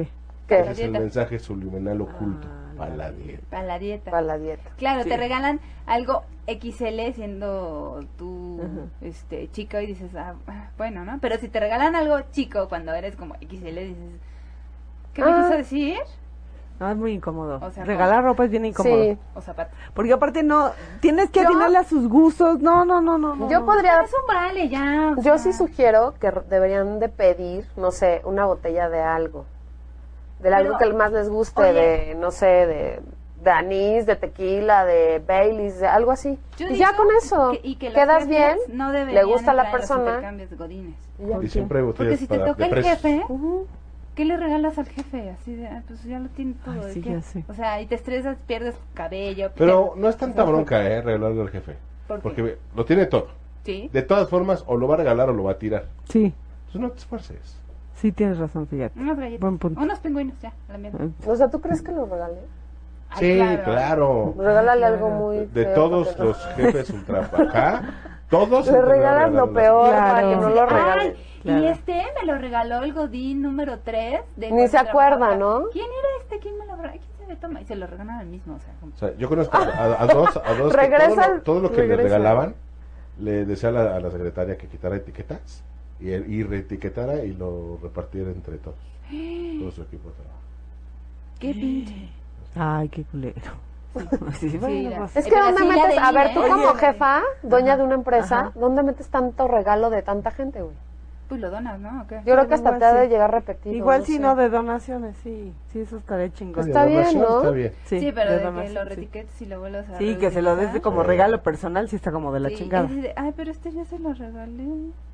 ¿Qué? La Ese es el dieta. mensaje subliminal oculto. Ah, para la dieta. Para la dieta. Para la dieta. Claro, Sí. te regalan algo X L siendo tú Ajá. este chico y dices, ah, bueno, ¿no? Pero si te regalan algo chico cuando eres como X L, dices, ¿qué me Ah. quiso decir? No, es muy incómodo. O sea, Regalar ropa es bien incómodo. Sí. O zapatos. Porque aparte no, tienes que Yo- atinarle a sus gustos. No, no, no, no. no, Yo no. podría, Es un vale ya. o yo sea. sí sugiero que r- deberían de pedir, no sé, una botella de algo. De algo Pero, que más les guste, oye. de, no sé, de, de anís, de tequila, de Baileys, de algo así. Yo y ya digo con eso, que- y que los quedas jefes bien, no le deberían gusta a la entrar en los persona. intercambios de godines. y ya. Y siempre hay Porque botellas si te para- toca de el precios. jefe, Ujú. ¿qué le regalas al jefe? Así de, ah, pues ya lo tiene todo. Ay, ¿de sí, qué? ya sé. O sea, y te estresas, pierdes cabello. Pero pierdes- no es tanta bronca, ¿eh? Regalarle al jefe. ¿Por qué? Porque ve, lo tiene todo. Sí. De todas formas, o lo va a regalar o lo va a tirar. Sí, Entonces no te esfuerces. sí tienes razón, fíjate. Unas galletas. Buen punto. Unos pingüinos, ya, a la mierda. O sea, ¿tú crees que lo regale? Ay, Sí, claro. Regálale algo muy De feo todos para que no- los jefes ultra acá, todos Le te van a regalas lo regalar peor Claro. para que no lo regalen. Ay, Claro. y este me lo regaló el Godín número tres. De Ni se cuando acuerda, trabajaba. ¿no? ¿Quién era este? ¿Quién me lo regaló? ¿Quién se le toma? Y se lo regalan al mismo, o sea, como- O sea, yo conozco a, a- a dos, a dos que Regresa todo, lo, el- todo lo que regresa. le regalaban, le decía a la, a la secretaria que quitara etiquetas y, él- y reetiquetara y lo repartiera entre todos. Todo su equipo de trabajo. qué pinche. Ay, qué culero. Sí, bueno, la- pues, Es que Pero ¿dónde sí la metes? de A mí, ver, tú ¿eh? como Oye. jefa, dueña de una empresa, Ajá. ¿dónde metes tanto regalo de tanta gente, güey? Pues lo donas, ¿no? ¿O qué? Yo creo que hasta igual te ha de sí. llegar repetido. igual no sí, sé. no, de donaciones, sí. Sí, eso estaría chingón. Está De bien, donación ¿no? Está bien. Sí, pero de de que donación, lo sí. retiquetes y lo vuelvas a Sí, que se lo des de como Sí. regalo personal, sí está como de la Sí, chingada. y así de, ay, pero este ya se lo regalé.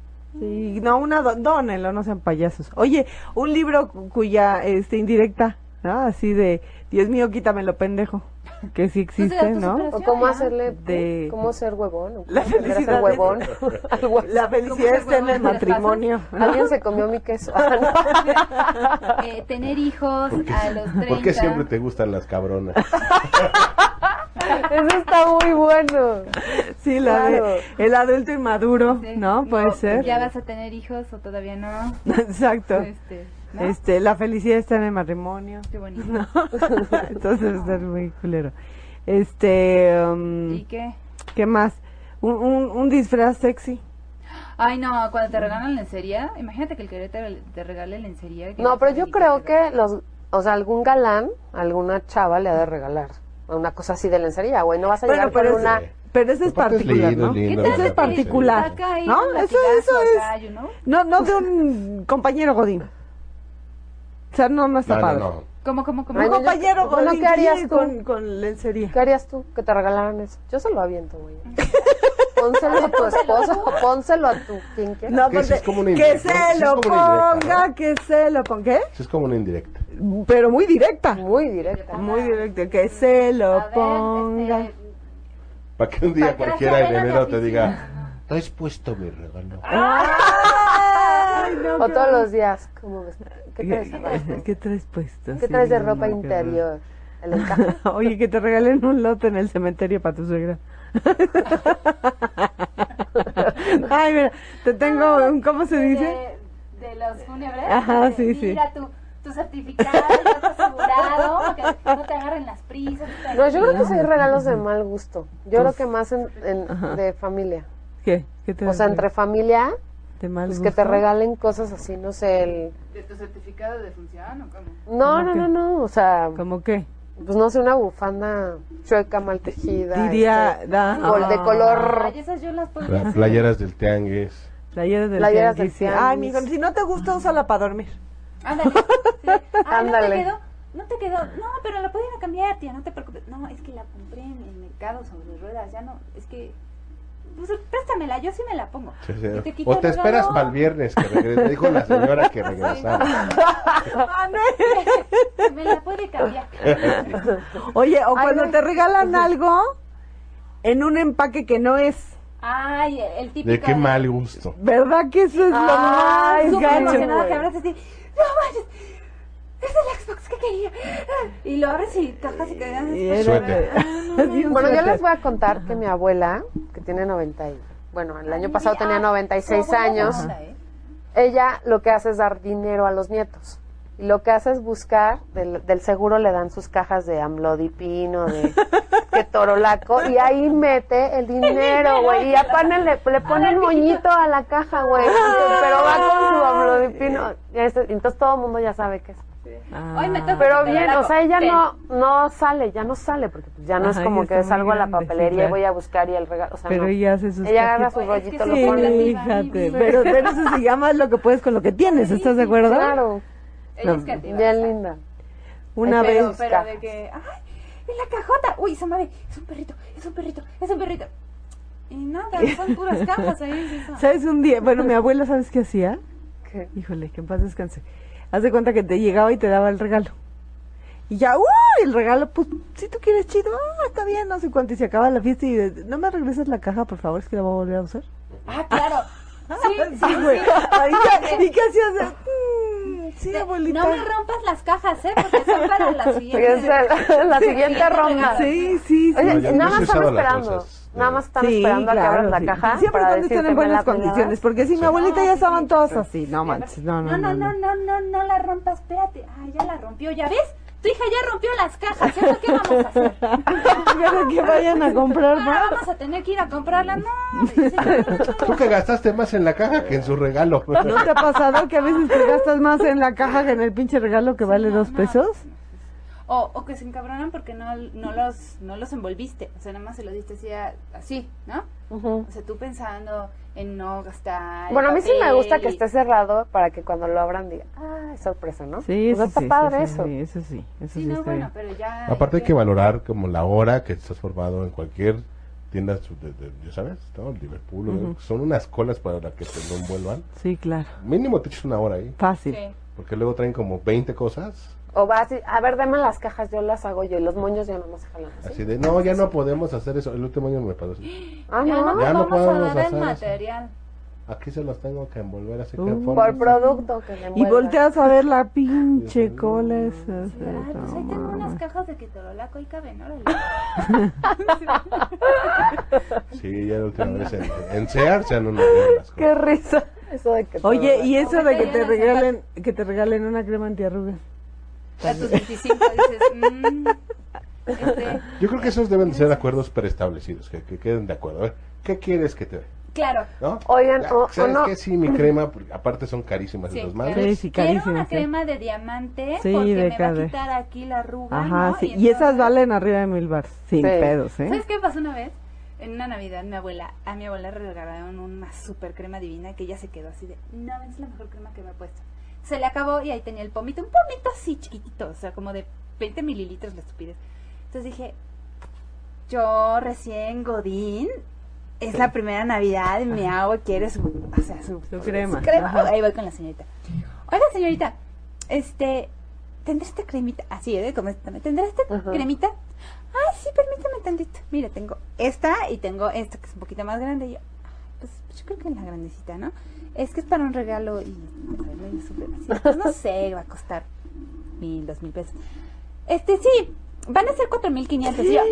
Sí, no, una do- dónenlo, no sean payasos. Oye, un libro cu- cuya este indirecta, ¿no? Así de, Dios mío, quítamelo, pendejo. Que sí existe, Pues de ¿no? autosuperación. O cómo Ya. hacerle, De- cómo ser huevón. o La cómo aprender a ser felicidad huevón. de- Algo así. La felicidad está en el huevón, matrimonio. Alguien se comió mi queso. Ah, no. Eh, tener hijos ¿Por qué, a los treinta. por qué siempre te gustan las cabronas? Eso está muy bueno. Sí, la Claro. de el adulto inmaduro, Sí. ¿no? Puede ser. ¿Ya vas a tener hijos o todavía no? Exacto. Este, ¿no? Este, la felicidad está en el matrimonio. Qué bonito. ¿no? Entonces está muy culero. Este, um, ¿Y qué? ¿qué más? Un, un, un disfraz sexy. Ay, no, cuando te regalan lencería, imagínate que el que te, te regale lencería. que No, no pero sabe yo ni qué creo te regala. que los, o sea, algún galán, alguna chava le ha de regalar una cosa así de lencería, güey. No vas a Bueno, llegar pero con es- una. Pero eso es Aparte es particular, lindo, ¿no? lindo, ¿Qué la tal Eso es que te particular. saca ahí ¿No? un Eso, latigazo eso acá, es. you know? No, no de un compañero Godín. O sea, no, no está No, no, padre. no. ¿Cómo, cómo, cómo? Ay, Un no, yo- compañero bueno, Godín ¿qué harías sí, tú? con, con lencería. ¿Qué harías tú que te regalaran eso? Yo se lo aviento, güey. Pónselo a tu esposo o pónselo a tu quien quiera. No, Que eso porque es como una que indirecta, se ¿no? Sí lo es como una indirecta, ponga, ¿no? que se lo ponga. ¿Qué? Eso es como una indirecta. Pero muy directa. Muy directa. Muy directa. Que se lo A ver, ponga. este, Para que un día Para que cualquiera las en cadenas enero de te oficina. diga, ¿traes puesto mi regalo? Ay, no, O qué todos horror. los días. ¿Cómo ves? ¿Qué traes? ¿Qué, qué traes puesto? ¿Qué Sí, traes de no, ropa qué horror. interior? El encaje. Oye, que te regalen un lote en el cementerio para tu suegra. Ay, mira, te tengo un, ¿cómo se dice? De, de los fúnebres. Ajá, de, sí, sí. Mira tu, tu certificado, ya tu asegurado, que no te agarren las prisas. no te No, yo creo que agarren- sí hay regalos de mal gusto. Yo creo que más en, en- Ajá. de familia. ¿Qué? ¿Qué te O sea, entre familia, de mal pues que te gusto? regalen cosas así, no sé, el... ¿De tu certificado de función o cómo? No, ¿Cómo no, qué? no, no, o sea, ¿Cómo qué? pues no sé, una bufanda chueca, mal tejida. Diría, este, da- col- de ah. color... Ay, esas yo las podría Las hacer. playeras del tianguis. Playeras del Playeras tianguis, del sí. Ay, tianguis. mijo, si no te gusta, úsala para dormir. Ándale. Sí. Ay, Ándale. ¿no te quedó? No te quedó. No, pero la pueden cambiar, tía, no te preocupes. No, es que la compré en el mercado sobre ruedas, ya no, es que... Pues préstamela, yo sí me la pongo. Sí, sí. Y te quito O te el esperas regalo. para el viernes que regrese. Me dijo la señora que regresara. Me la puede cambiar. Oye, o Ay, cuando no. te regalan algo en un empaque que no es, Ay, el típico. De qué mal gusto. ¿verdad que eso es lo Ay, más Súper gacho? emocionada que güey. abras así. No manches. Es el Xbox que quería. Y lo abres y cajas y quedas. Y era- Suéter. así un Bueno, yo suéter. les voy a contar que mi abuela, que tiene noventa y... Bueno, el año Ay, pasado ah, tenía noventa y seis tu abuela años. es onda, ¿eh? Ella lo que hace es dar dinero a los nietos. Y lo que hace es buscar, del, del seguro le dan sus cajas de amlodipino, de ketorolaco, y ahí mete el dinero, güey. Y aparte le, le ponen moñito a la caja, güey. Pero va con su amlodipino. Entonces todo el mundo ya sabe qué es. Ah. Hoy me toca Pero que bien, te lo o sea, ella hago. no no sale, ya no sale, porque pues ya no Ajá, es como ya que está muy salgo a la grande, sí, papelería y claro. voy a buscar y el regalo, o sea, Pero no. ella hace sus Ella agarra cajitas. su Es que rollito, sí, lo Sí, pone. fíjate, pero, pero eso se llama lo que puedes con lo que tienes, ¿estás de acuerdo? Claro, Ella es creativa. bien linda. Una Ay, vez, Pero, pero de que, ay, en la cajota, uy, se mueve, es un perrito, es un perrito, es un perrito. Y nada, son puras cajas ahí. es eso. ¿sabes un día? Bueno, mi abuela, ¿sabes qué hacía? ¿Qué? Híjole, que en paz descanse. Haz de cuenta que te llegaba y te daba el regalo. Y ya, ¡uy! El regalo, pues, si tú quieres chido, ah, está bien, no sé cuánto. Y se acaba la fiesta y de- no me regresas la caja, por favor, es que la voy a volver a usar. Ah, claro. Sí, sí, Sí, güey. sí. Ay, ya, ¿y qué hacías? Mm, sí, De- abuelita. No me rompas las cajas, ¿eh? Porque son para la Sí, siguiente. es la, la siguiente ronda. Sí, sí, sí. Oye, No, yo- nada yo sí más están usaba las esperando. bolsas de- Nada más están Sí, esperando a que claro, abras la sí. caja Siempre para cuando estén decirte en buenas "Me la condiciones, pelas". porque si mi Sí. abuelita No, ya sí, estaban sí. todas así, no manches, no, No, no, no, no, no, no la rompas, espérate. Ay, ya la rompió, ¿ya ves? Tu hija ya rompió las cajas, ¿eso qué vamos a hacer? Pero que vayan a comprar Ah, más. vamos a tener que ir a comprarla, no. dice, Tú que gastaste más en la caja que en su regalo. ¿No te ha pasado que a veces te gastas más en la caja que en el pinche regalo que vale no, dos no. pesos? O, o que se encabronan porque no, no los no los envolviste, o sea, nada más se los diste así, a- así, ¿no? Ujú. O sea, tú pensando en no gastar. Bueno, a mí sí me papel gusta que y- esté cerrado para que cuando lo abran diga, ah, es sorpresa, ¿no? Sí, O sea, eso está sí, padre sí, eso. sí, eso sí, eso Sí, sí no, está bueno, bien. pero ya. Aparte hay que valorar como la hora que estás formado en cualquier tienda, su- de, de- ya sabes, ¿no? Liverpool, Ujú. son unas colas para que te lo envuelvan. Sí, claro, Mínimo te echas una hora ahí, fácil. Sí. porque luego traen como veinte cosas, O vas y, a ver, dame las cajas, yo las hago yo, y los moños ya no me jalan así. así de, no, ya no podemos hacer eso. El último año me pasó así. Ah, Ya no, no, Ya no vamos a podemos dar el hacer eso. material. Aquí se los tengo que envolver así que Uh. forma- por producto que le Y envuelvan. volteas a ver la pinche cola esa. Ay, pues ahí tengo unas cajas de ketorolaco y caben, órale. Sí, ya la última vez en, en Sears ya no nos dieron las Qué cosas. risa. Eso de que Oye, todo- y eso de que te Ahorita ya regalen, que te regalen una crema antiarrugas. A tus veinticinco dices, mmm, este, Yo creo que esos deben de ser acuerdos preestablecidos, que, que queden de acuerdo. A ver, ¿qué quieres que te dé? claro. ¿No? Oigan, Ya, o- o ¿sabes no- qué? Sí, mi crema, porque aparte son carísimas Sí, esas claro. madres. Sí, sí, Quiero carísimas, una sí. crema de diamante Sí, porque de me va a cada- quitar aquí la arruga, Ajá, ¿no? sí. Y Y esas entonces- valen arriba de mil bars, sin Sí. pedos, ¿eh? ¿Sabes qué pasó una vez? En una Navidad, mi abuela, a mi abuela le regalaron una super crema divina que ella se quedó así de, no, es la mejor crema que me he puesto. Se le acabó y ahí tenía el pomito, un pomito así chiquitito, o sea, como de veinte mililitros la estupidez. Entonces dije, yo recién Godín, es la primera Navidad y me hago, quiere su, o sea, su, Su crema, su crema. ajá. Ahí voy con la señorita. Oiga, señorita, este, ¿tendrá esta cremita? Así, ¿eh? Como esta, ¿tendrá esta Ajá. cremita? Ay, sí, permítame tantito. Mira, tengo esta y tengo esta que es un poquito más grande. Y yo, ay, pues, yo creo que es la grandecita, ¿no? Es que es para un regalo y ay, medio súper así. Pues no sé, va a costar mil, dos mil pesos. Este, sí, van a ser cuatro mil quinientos. Y yo,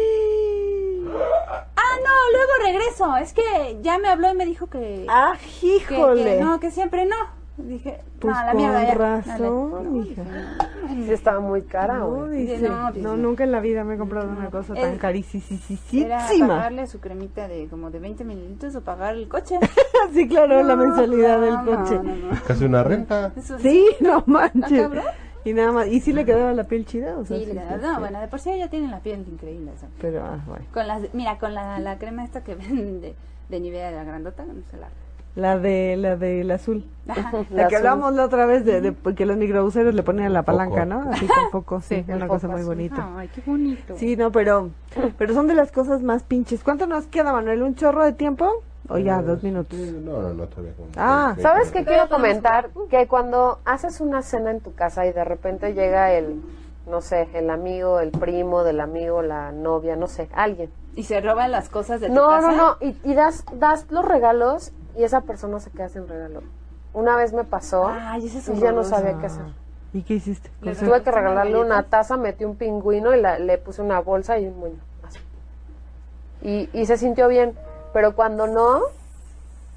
ah, no, luego regreso. Es que ya me habló y me dijo que, ¡Ah, que, híjole! que no, que siempre no. Dije, Pues no, la con mierda ya. razón, Dale. mija. Sí estaba muy cara, No, güey. dice, No, no, pues, nunca en la vida me he comprado una cosa tan El- carísima. Era pagarle su cremita de como de veinte mililitros o pagar el coche. Sí, claro, la No, mensualidad del no, coche. no, no, no. Casi una renta. Eso Sí, no manches. cabrón? Y nada más, ¿y si le quedaba la piel chida? O sea, Sí, le da- sí, no, sí. bueno, de por sí ella tiene la piel increíble. O sea, Pero, ah, bueno. con las, mira, con la, la crema esta que venden de, de Nivea de la grandota, no sé la. La de, la del azul. Ajá. La La que azul. hablábamos la otra vez de, de porque los microbuseros le ponían la palanca, Foco. ¿no? Así con foco, sí, el una cosa foco muy azul. bonita. Ay, qué bonito. Sí, no, pero, pero son de las cosas más pinches. ¿Cuánto nos queda, Manuel? ¿Un chorro de tiempo? O ya, dos minutos. Sí, No, no, no, todavía como Ah, veinte ¿Sabes qué minutos. quiero comentar? Que cuando haces una cena en tu casa y de repente llega el, no sé, el amigo, el primo del amigo, la novia, no sé, alguien. Y se roban las cosas de tu No, casa. no, no, y, y das, das los regalos y esa persona se queda sin regalo. Una vez me pasó Ay, ese es y ya no horroroso. sabía qué hacer. ¿Y qué hiciste? Le O sea, Tuve que ¿Unas regalarle una galletas? taza, metí un pingüino y la- le puse una bolsa y un moño. Así. Y, y se sintió bien, pero cuando no,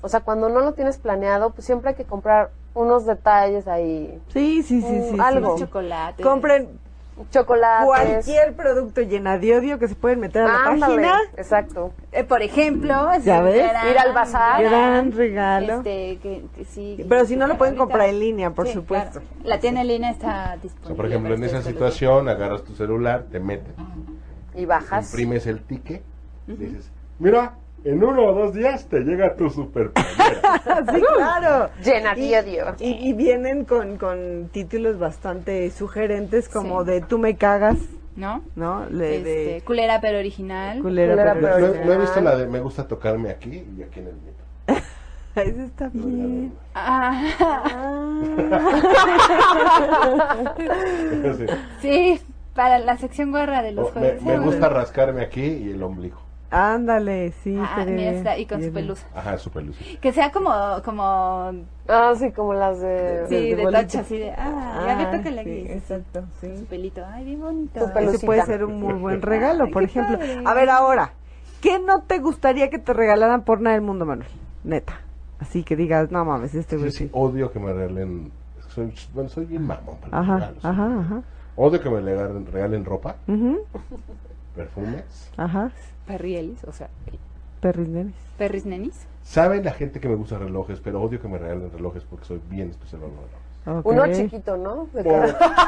O sea, cuando no lo tienes planeado, pues siempre hay que comprar unos detalles ahí. Sí, sí, sí, Mm, sí. sí, algo. sí. Chocolate. Compren Chocolates. cualquier producto llena de odio que se pueden meter a la Ándale, página. exacto. Eh, por ejemplo, es ¿Ya un ves? gran- Ir al bazar. Gran regalo. Este, que, que sí, que- Pero si no lo pueden ahorita- comprar en línea, por Sí, supuesto. claro. La tienda en línea está O disponible. sea, por ejemplo, en para esa ustedes todos los situación, agarras tu celular, te metes, Y bajas. imprimes el ticket, dices, mira, en uno o dos días te llega tu super playera. Sí, claro. Llena de Y, odio. y, y vienen con, con títulos bastante sugerentes como Sí. de tú me cagas, días, ¿no? ¿no? Le, Este, de culera pero original. culera, culera, pero No, no- pero- no he visto la de me gusta tocarme aquí y aquí en el mío. Eso está bien. Ah, Sí. sí, para la sección guarra de los O me, jueves. me gusta rascarme aquí y el ombligo. Ándale, sí. Ah, estaría mira, bien. está, y con su Bien. pelusa. Ajá, súper lucido. Que sea como, como, Ah, sí, como las de... sí, de de bolita. tacha, así de, ah, ya me Ah, toca la sí, aquí. exacto, Su sí. pelito, ay, bien bonito. Su pelu- Ese puede pelucita. ser un muy buen regalo, Ay, por qué ejemplo. padre. A ver, ahora, ¿qué no te gustaría que te regalaran por nada del mundo, Manuel? Neta. Así que digas, no mames, este Sí, güey sí, sí. odio que me regalen. Soy, bueno, soy bien mamón para los Ajá, regalos. ajá, ajá. Odio que me regalen, regalen ropa, Ujú, perfumes. ajá. Perrielis, o sea, Perris nenes. perris nenis. Saben la gente que me gusta relojes, pero odio que me regalen relojes porque soy bien especial para los relojes. Ok. Uno chiquito, ¿no? De, Por-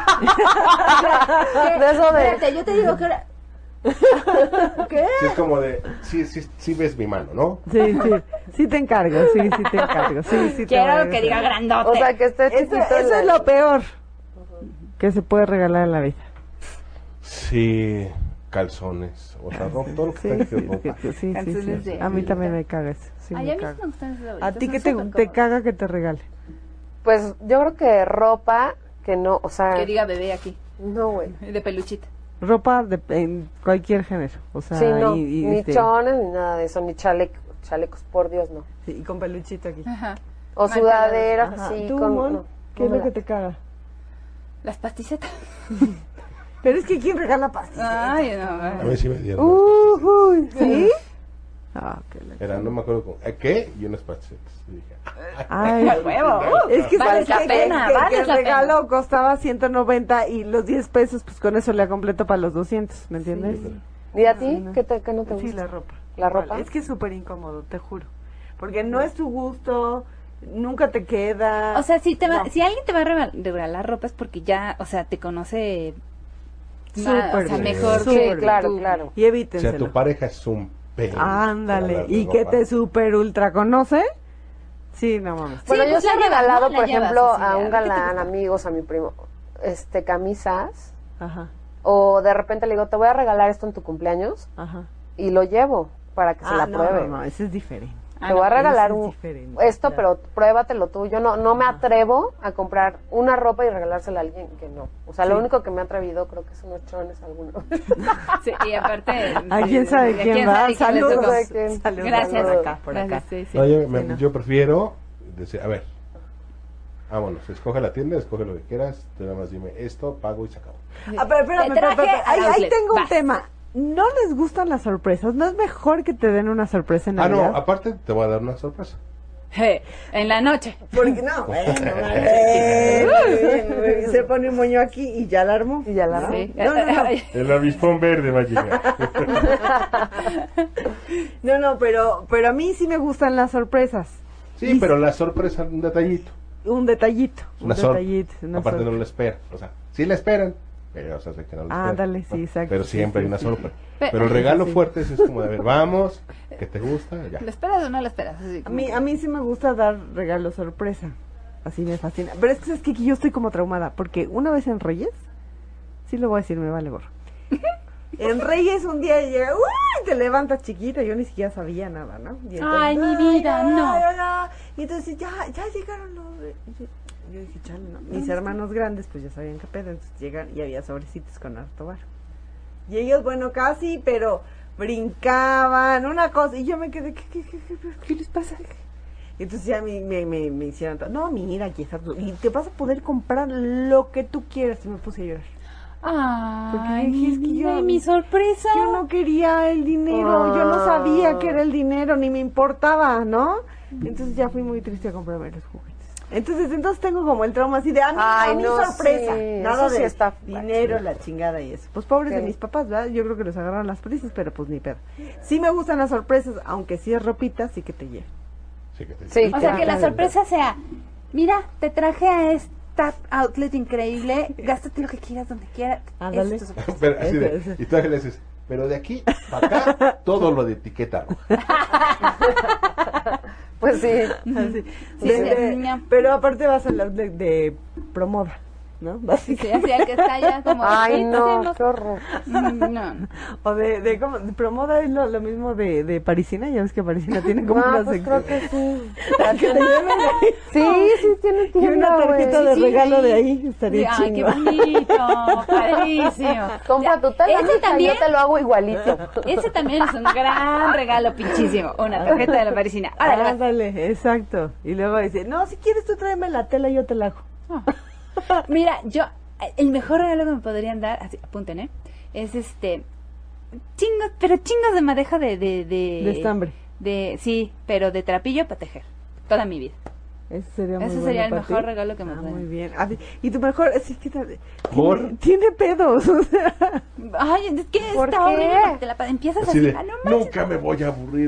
de eso de... Espérate, yo te digo que ahora... ¿Qué? Sí, es como de, sí, sí, sí ves mi mano, ¿no? Sí, sí. Sí te encargo, sí, sí te encargo. Sí, sí te Quiero voy a que diga hacer. grandote. O sea, que esté Eso, chiquito. eso la- es lo peor que se puede regalar en la vida. Sí, calzones, o sea, ropa, todo lo que Sí, tenga sí, que ver ropa. sí, sí, sí, Canciones sí. de- A mí también me caga eso. Sí, Ay, me a mí sí caga. me gustan esos ¿A favoritos, ti qué son te, súper te cómodos. caga que te regale? Pues yo creo que ropa que no, o sea... Que diga bebé aquí, No, güey. de peluchita. Ropa de, en cualquier género. O sea, Sí, no, y, y, ni este, chones ni nada de eso, ni chalecos, chalecos, por Dios, no. sí, y con peluchito aquí. Ajá. O Mal sudaderas Ajá. así, ¿Tú, con... Mon? no, ¿Qué no es me lo que la- te caga? Las pasticetas. Pero es que ¿quién regala pastillas? Ay, no. A mí sí me dieron. Uy, ¿sí? Ah, qué la- Era, no me acuerdo cómo, ¿eh, ¿qué? Y unas pachetas. Y dije, Ay, ¡A huevo! es que Vale sabes la qué? pena, que, que- vale que el la regalo pena. costaba ciento noventa y los diez pesos, pues con eso le completo para los doscientos, ¿me entiendes? ¿Y a ti? Sí, no. ¿Qué, te, qué no te gusta? Sí, la ropa. ¿La ropa? Es que es súper incómodo, te juro. Porque no es tu gusto, nunca te queda. O sea, si te va, No. si alguien te va a rega- regalar ropa es porque ya, o sea, te conoce ma- Súper o sea, bien. mejor Sí, Súper que claro, tú. claro. Y o evítenselo. sea, tu pareja es un pelo. Ándale, y que te super ultra conoce. Sí, no mames. Bueno, Sí, yo pues sí he la llevas, regalado, ¿no? por La llevas, ejemplo, así, a ¿a un ti qué te galán, gusta? amigos, a mi primo, este, camisas, Ajá, o de repente le digo, te voy a regalar esto en tu cumpleaños, ajá. y lo llevo para que se Ah, la no, pruebe. no, no, ese es diferente. Ah, Te no, voy a regalar ese es un, diferente, esto, claro. pero pruébatelo tú. Yo no, no me atrevo a comprar una ropa y regalársela a alguien que no. O sea, lo Sí. único que me ha atrevido creo que son unos chones algunos. Sí, y aparte... ¿A quién sabe ¿a quién va? sabe quién le Saludos. tocó? No sé quién. Saludos. Gracias. Por acá, por acá. Gracias, sí, sí. No, yo, me- Sí, no. yo prefiero decir, a ver, vámonos, escoge la tienda, escoge lo que quieras, tú nada más dime esto, pago y se acabó. Ah, pero espérame, Te traje espérame, espérame. Ahí, al ahí outlet. tengo un Vas. tema. ¿No les gustan las sorpresas? ¿No es mejor que te den una sorpresa en Ah, Navidad? no, aparte te voy a dar una sorpresa. Je, en la noche. Porque no, bueno, eh, se pone un moño aquí y ya la armó. Y ya la armó. Sí. No, no, no. El avispón verde va a llegar. No, no, pero, pero a mí sí me gustan las sorpresas. Sí, Y pero la sorpresa, un detallito. Un detallito, un Una sor detallito. una Aparte sor- no lo esperan. O sea, sí la esperan, pero o sea, sé que no la Ah, esperan. dale, sí, exacto, Pero sí, siempre sí, hay una sí. sorpresa. Pe- Pero el regalo Sí. fuerte es como de, a ver, vamos, que te gusta, ya. ¿Lo esperas o no lo esperas? Así A como mí, que- a mí sí me gusta dar regalos sorpresa. Así me fascina. Pero es que, ¿sabes qué? Que yo estoy como traumada. Porque una vez en Reyes, sí lo voy a decir, me vale gorro. En Reyes un día llega, ¡uy! Te levantas chiquita, yo ni siquiera sabía nada, ¿no? Y Ay, mi vida, no. ay, ay". Y entonces ya, ya llegaron los... de- Yo, yo dije, chale, ¿no? Mis hermanos grandes, pues ya sabían qué pedo, entonces llegan y había sobrecitos con harto varo. Y ellos, bueno, casi, pero brincaban, una cosa, y yo me quedé, ¿qué, qué, qué, qué, qué les pasa? Y entonces ya me, me, me, me hicieron, todo, no, mira, aquí está, tu- y te vas a poder comprar lo que tú quieras, y me puse a llorar. Porque Ay, dije, es que mi, yo- vida, mi sorpresa. Yo no quería el dinero, yo no sabía que era el dinero, ni me importaba, ¿no? Entonces ya fui muy triste a comprarme los juguetes. Entonces, entonces tengo como el trauma así de, a mí, Ay, a mí no, sorpresa. sí, Nada eso sí de está dinero, gacho. la chingada y eso. Pues pobres Sí. de mis papás, ¿verdad? Yo creo que les agarraron las prisas, pero pues ni pedo. Sí me gustan las sorpresas, aunque si es ropita, sí que te lleve. Sí, que te- Sí, O sea, que la sorpresa sea, mira, te traje a esta outlet increíble, gástate lo que quieras, donde quieras. Ándale. Eso es tu sorpresa. Pero así de- Ese, ese. y tú le dices, pero de aquí para acá, todo lo de etiqueta roja. Pues sí. Así. Sí, De- sí, de- niña. pero aparte vas al outlet de Promoda, ¿no? Sí, Básicamente. así el que está allá como... Ay, "Sí, no, hacemos". qué horror. Mm, No, no. O de, de, ¿cómo? De Promoda es lo, lo mismo de, de Parisina, ya ves que Parisina tiene como No, una pues sección. creo que sí. Que te lleven ahí. Sí, sí, tiene Y tienda, una tarjeta güey. de Sí, regalo sí. de ahí, estaría Ay, qué chingo. bonito, padrísimo. Compra tu tela, Ese mija, también, yo te lo hago igualito. ese también es un gran regalo pinchísimo, una tarjeta de la parisina. Órale, vas. Ándale, exacto. Y luego dice, no, si quieres tú tráeme la tela y yo te la hago. Mira, yo, el mejor regalo que me podrían dar, así, apunten, ¿eh? Es este, chingos, pero chingos de madeja de... De, de, De estambre. De, sí, pero de trapillo para tejer, toda mi vida. Ese sería muy Ese bueno sería el para mejor ti. regalo que me Ah, pueden. muy bien. Ah, y tu mejor, sí, ¿qué tal? ¿Por? Tiene, tiene pedos, o sea. Ay, es que ¿Por está qué? horrible porque te la pa- empiezas Así así, de, ah, no manches, nunca me voy a aburrir.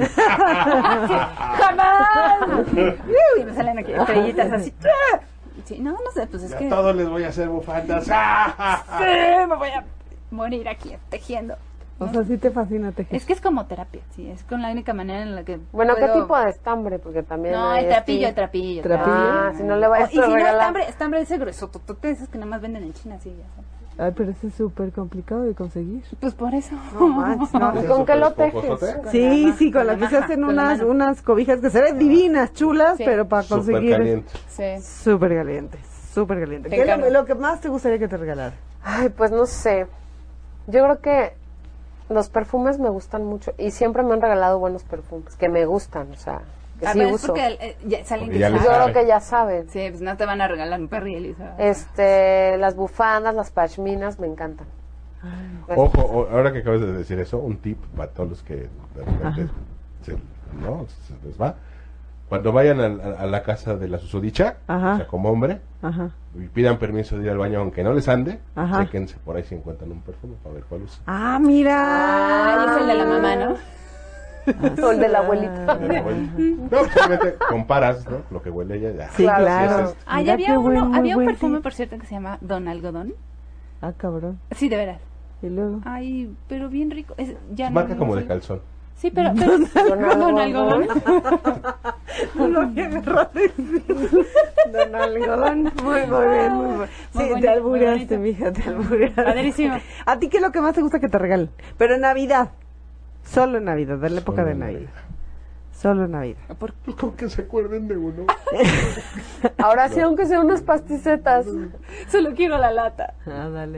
¡jamás! Y me salen aquí estrellitas así. Sí, no, no sé, pues es A que... todos les voy a hacer bufandas. Sí, me voy a morir aquí tejiendo. O sea, sí te fascina tejer. Es que es como terapia, sí, es con la única manera en la que Bueno, ¿qué puedo- tipo de estambre? Porque también No, hay el trapillo, así. el trapillo. Trapillo. Ah, si no le vayas O- y a si no, regalar. estambre, estambre ese grueso, totote, esos que nada más venden en China, sí, ya sabes. Ay, pero eso es súper complicado de conseguir. Pues por eso. No manches, no. ¿Y con qué lo Súper tejes? esponjosote. Con Sí, la sí, con ma- la con que la se maja, hacen con la unas, mano. unas cobijas que se ven divinas, chulas, Sí. pero para Súper conseguir es caliente. Sí. súper caliente, súper caliente. Te ¿Qué es lo, encargo. lo que más te gustaría que te regalara? Ay, pues no sé. Yo creo que los perfumes me gustan mucho y siempre me han regalado buenos perfumes que me gustan, o sea, que Ah, sí pero es uso. porque eh, ya salen Porque ya que le Yo saben. creo que ya saben. Sí, pues no te van a regalar un perriel, ¿sabes? Este, las bufandas, las pashminas me encantan. Las- Ojo, o- ahora que acabas de decir eso, un tip para todos los que de repente se, ¿no? se les va. Cuando vayan a, a- a la casa de la susodicha, Ajá. o sea, como hombre, Ajá. y pidan permiso de ir al baño aunque no les ande, Ajá. chéquense por ahí si encuentran un perfume para ver cuál usa. Ah, mira. Ah, es el de la mamá, ¿no? O el de la abuelita. De la abuela. No, pues, obviamente comparas, ¿no? Lo que huele ella ya. Sí, Claro, claro. sí, es este. Ah, Mira ya había qué buen- uno, muy había un buen perfume, tip. por cierto, que se llama Don Algodón. Ah, cabrón. Sí, de veras. Y luego. Ay, pero bien rico. Es, ya Marca no, como no de sé. calzón. Sí, pero, pero Don Don Algodón. No lo había agarrado. Don Algodón. Muy, muy bien, muy bien. Muy Sí, bonito, te muy albureaste, bonito. mija, te albureaste. Padrísimo. ¿A ti qué es lo que más te gusta que te regalen? Pero en Navidad. Solo en Navidad, de la época Solo de en Navidad. Navidad. Solo en Navidad. ¿Por Pues con que se acuerden de uno. Ahora sí, aunque sean unas pasticetas. Solo quiero la lata. Ah, dale.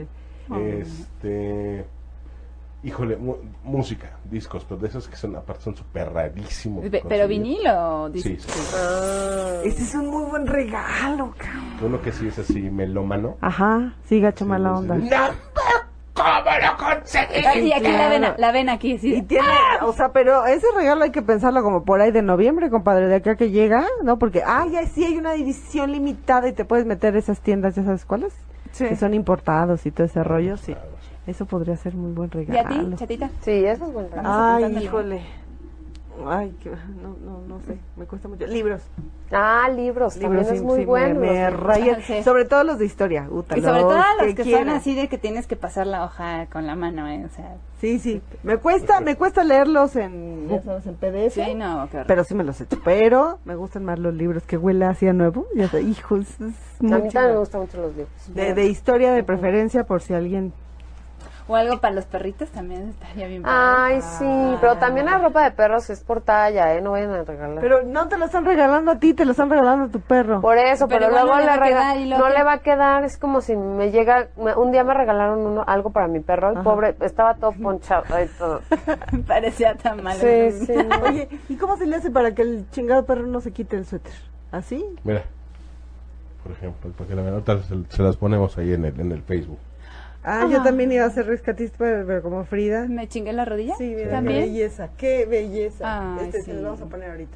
Este. Híjole, mu- música, discos, pero de esos que son, aparte, son súper rarísimos. de Pe- ¿Pero conseguir. vinilo? Sí, Dice. sí. Ese es un muy buen regalo, cabrón. Uno que sí es así melómano. Ajá, sí, gacho Sí, mala sí, onda. sí. ¡No! ¿Cómo lo conseguí? Ah, y aquí la claro. vena, la vena aquí, sí. Y tiene, o sea, pero ese regalo hay que pensarlo como por ahí de noviembre, compadre, de acá que llega, ¿no? Porque, ah, ya sí hay una edición limitada y te puedes meter esas tiendas, ¿ya sabes cuáles? Sí. Que son importados y todo ese rollo, sí. Claro, sí. Eso podría ser muy buen ¿Y regalo. a ti, chatita? Sí, eso es buen regalo. Ay, apuntándole. híjole. Ay, que, no, no, no sé, me cuesta mucho. Libros. Ah, libros, Libros también es sí, muy sí, bueno. me, me rayan. Sí. Sobre todo los de historia. Uta, Y sobre todo los que, son quieran. así de que tienes que pasar la hoja con la mano, ¿eh? O sea, Sí, sí. Me cuesta, me cuesta leerlos en, ya sabes, en P D F. sí, no, qué horror. Pero sí me los echo. Pero me gustan más los libros que huele hacia nuevo. Ya sé, hijos, es A muy mí también chingón. me gustan mucho los libros. de, de historia de preferencia por si alguien... O algo para los perritos también estaría bien padre. Ay, sí, pero también la ropa de perros es por talla, ¿eh? No vayan a regalar. Pero no te lo están regalando a ti, te lo están regalando a tu perro. Por eso, Pero pero, igual luego no le le va a rega- quedar, ¿y luego no qué? le va a quedar, es como si me llega, me- un día me regalaron uno, algo para mi perro, el Ajá. pobre, estaba todo ponchado, ay, todo. Parecía tan malo. Sí, sí. Oye, ¿y cómo se le hace para que el chingado perro no se quite el suéter? ¿Así? Mira, por ejemplo, para que la vean, ahorita se, se las ponemos ahí en el, en el Facebook. Ah, yo también iba a ser rescatista, pero, pero como Frida. ¿Me chingué la rodilla? Sí, mira, qué ¿También? belleza, qué belleza. Ay, este sí. se lo vamos a poner ahorita.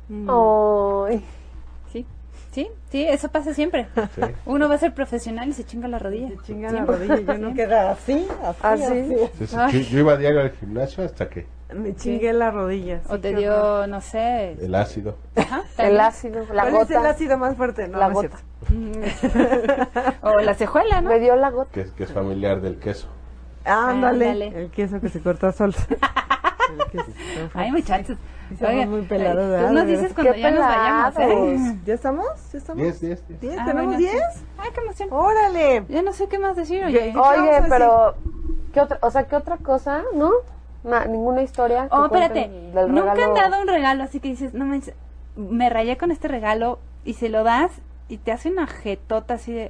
Mm. Ay. Sí, sí, sí, eso pasa siempre. Sí. Uno va a ser profesional y se chinga la rodilla. Se chinga la Siempre. rodilla y yo no queda así, así, Así. así. Sí, sí, Ay. Yo, yo iba a diario al gimnasio hasta que Me chingué la rodilla. O sí, te qué horror. dio, no sé. el ácido. Ajá, El también. ácido, la ¿Cuál es el gota. ácido más fuerte? No, La no es gota. cierto. O la cejuela, ¿no? Me dio la gota. Que, es- que es familiar del queso. Ándale, Ándale. el queso que se corta solo. El queso. Ay, muchachos. estamos Oigan, muy pelados, ay, ¿verdad? Tú nos De dices veras. cuando Qué ya nos vayamos, pelados. ¿eh? ¿Ya estamos? ¿Ya estamos? Diez, diez, diez. ¿Diez? Ah, ¿Tenemos bueno, diez? sí. Ay, qué emoción. ¡Órale! Ya no sé qué más decir, ¿Qué- oye. qué vamos a Oye, decir? pero ¿qué otra, o sea, qué otra cosa, no? Na- ninguna historia. que Oh, cuenten espérate. del Nunca regalo? han dado un regalo así que dices, no me, me rayé con este regalo y se lo das y te hace una jetota así de.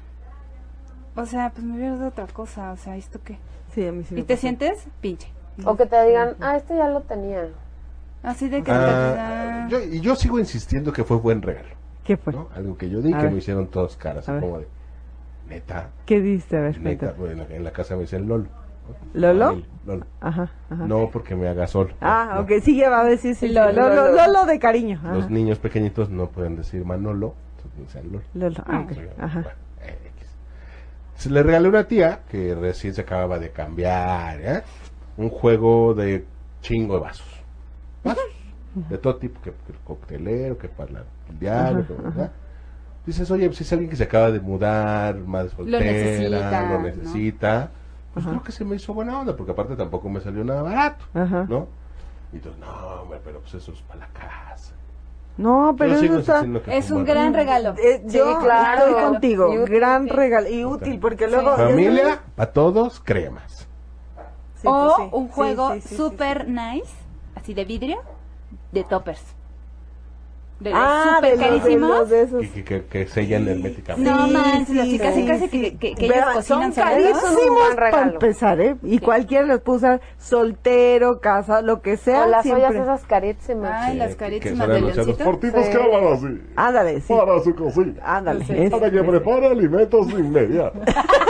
O sea, pues me hubieras dado otra cosa. O sea, ¿esto qué? Sí, a mí sí me Y te pasó. sientes pinche. O que te digan, ah, este ya lo tenía. Así de que. Ah, yo, y yo sigo insistiendo que fue buen regalo, ¿Qué fue? ¿no? Algo que yo di, A que ver. me hicieron todos caras, A ver. como de, neta, ¿Qué diste? A ver, neta, cuéntame. bueno, en, la, en la casa me dicen Lolo. ¿Lolo? Ay, Lolo. Ajá, ajá. No porque me haga sol. Ah, no. ok, sí, ya va a decir sí, sí. Lolo, Lolo, Lolo, Lolo. Lolo de cariño. Ajá. Los niños pequeñitos no pueden decir Manolo, entonces me dicen Lolo. Lolo, ah, ok, Bueno, ajá. eh, X. Se le regalé a una tía que recién se acababa de cambiar, ¿eh? Un juego de chingo de vasos. Vasos. De todo tipo, que, que el coctelero, que para el diablo, Ajá, que- ajá. ¿verdad? Dices, oye, pues si es alguien que se acaba de mudar, madre soltera, necesita, lo ¿no? necesita, pues Ajá. creo que se me hizo buena onda, porque aparte tampoco me salió nada barato, Ajá. ¿no? Y entonces, no, hombre, pero pues eso es para la casa. No, pero Yo eso sigo está... insistiendo que Es fue un buen gran regalo. regalo. Eh, yo Sí, claro. estoy contigo. Y útil, Gran sí. regalo. Y útil, porque luego... Familia, para todos, cremas. Sí, O pues sí, un sí, juego sí, sí, sí, super sí. nice, así de vidrio, de toppers. De Ah, super de los, de carísimos. los de esos. Y que, que, que sellan herméticamente. No Sí, manches, sí, así casi sí, casi sí. que, que, que Vean, ellos cocinan son solos. Son un carísimos buen para regalo. empezar, ¿eh? Y cualquiera los puede usar soltero, casa, lo que sea. O las siempre. ollas esas carísimas. Ay, Sí, las que- carísimas que son de anunciados leoncito. por tipos Sí. que hablan así. Ándale, sí. Para su cocina. Ándale. Sí. es- Para que es- prepare alimentos inmediatos.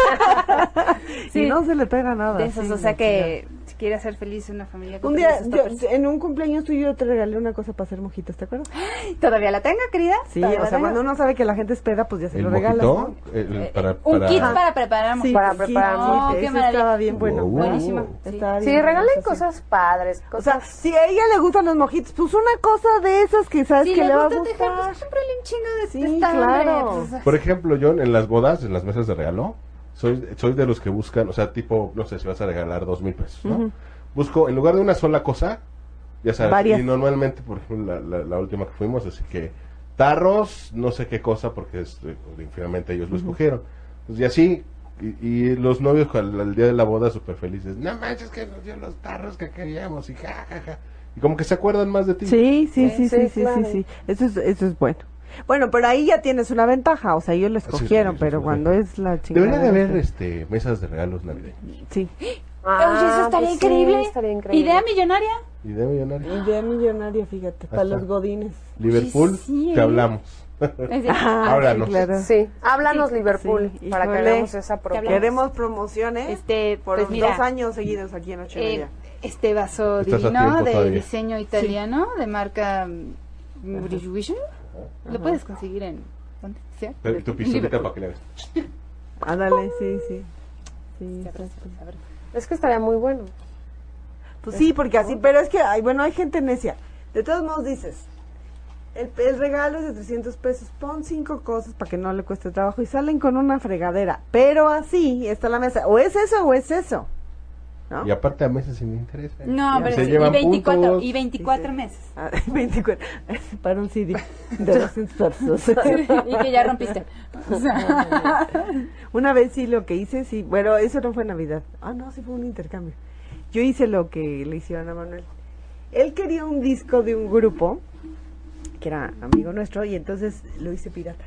Sí. Y no se le pega nada. De esos, sí, o sea la que si quiere hacer feliz una familia con Un día, esos yo, toppers. en un cumpleaños tuyo yo te regalé una cosa para hacer mojitos, ¿te acuerdas? ¿Todavía la tengo, querida? Sí, ¿Todavía o la sea, tengo? cuando uno sabe que la gente espera, pues ya se El lo regalas, mojito, ¿no? el- Eh, para, un para- kit para preparar Sí, mojitos. Para sí, preparar sí, mojitos. ese Qué maravilla. estaba bien bueno. Wow. Buenísima. Sí, Sí. estaba bien Sí, bueno, regalen eso sí. cosas padres. O sea, Cosas... si a ella le gustan los mojitos, pues una cosa de esas que sabes Si que le le va a gusta tejer, gustar. pues cómprale un chingo de Sí, de esta, claro. hombre, pues, Por ejemplo, yo en las bodas, en las mesas de regalo, soy, soy de los que buscan, o sea, tipo, no sé, si vas a regalar dos mil pesos, ¿no? Ujú. Busco, en lugar de una sola cosa, ya sabes, Varias. y normalmente, por ejemplo, la, la, la última que fuimos, así que tarros, no sé qué cosa, porque es, eh, finalmente ellos lo escogieron. Pues, y así, y, y los novios al, al día de la boda súper felices, no manches que nos dio los tarros que queríamos, y ja, ja, ja. Y como que se acuerdan más de ti. Sí, sí, sí, Sí, sí, sí, claro. sí, sí. Eso es, eso es bueno. Bueno, pero ahí ya tienes una ventaja, o sea, ellos lo escogieron, sí, sí, pero sí. cuando es la chingada. Debería de haber este, mesas de regalos navideños. Sí. Ah, Oye, eso estaría pues sí, increíble. estaría increíble. Idea millonaria. Idea millonaria. Idea millonaria, fíjate, para está. los godines. Liverpool, sí, te ¿eh? hablamos. Es de- Ah, Háblanos. sí, claro. Sí, háblanos Sí. Liverpool Sí, para que híjole. hagamos esa propuesta. Queremos promociones Este, por pues mira, dos años seguidos aquí en Ocho y eh, Media. este vaso Estás a divino tiempo de todavía. diseño italiano de marca mm, British Vision. Lo puedes conseguir en ¿dónde? ¿Sí? Pero tu pistolita para que le hagas. Ándale, sí, sí. Sí, Sabroso, exacto. sabroso. Es que estaría muy bueno. Pues sí, porque así, pero es que, ay, bueno, hay gente necia. De todos modos dices, el, el regalo es de trescientos pesos, pon cinco cosas para que no le cueste trabajo y salen con una fregadera. Pero así está la mesa, o es eso o es eso. ¿No? Y aparte a meses sin interés. ¿eh? No, Y pero se sí, y llevan veinticuatro, puntos. y veinticuatro Sí, sí. meses. Ah, veinticuatro, para un C D de doscientos pesos. Y que ya rompiste. O sea, Una vez sí lo que hice, sí, bueno, eso no fue Navidad. Ah, no, sí fue un intercambio. Yo hice lo que le hicieron a Manuel. Él quería un disco de un grupo que era amigo nuestro y entonces lo hice pirata.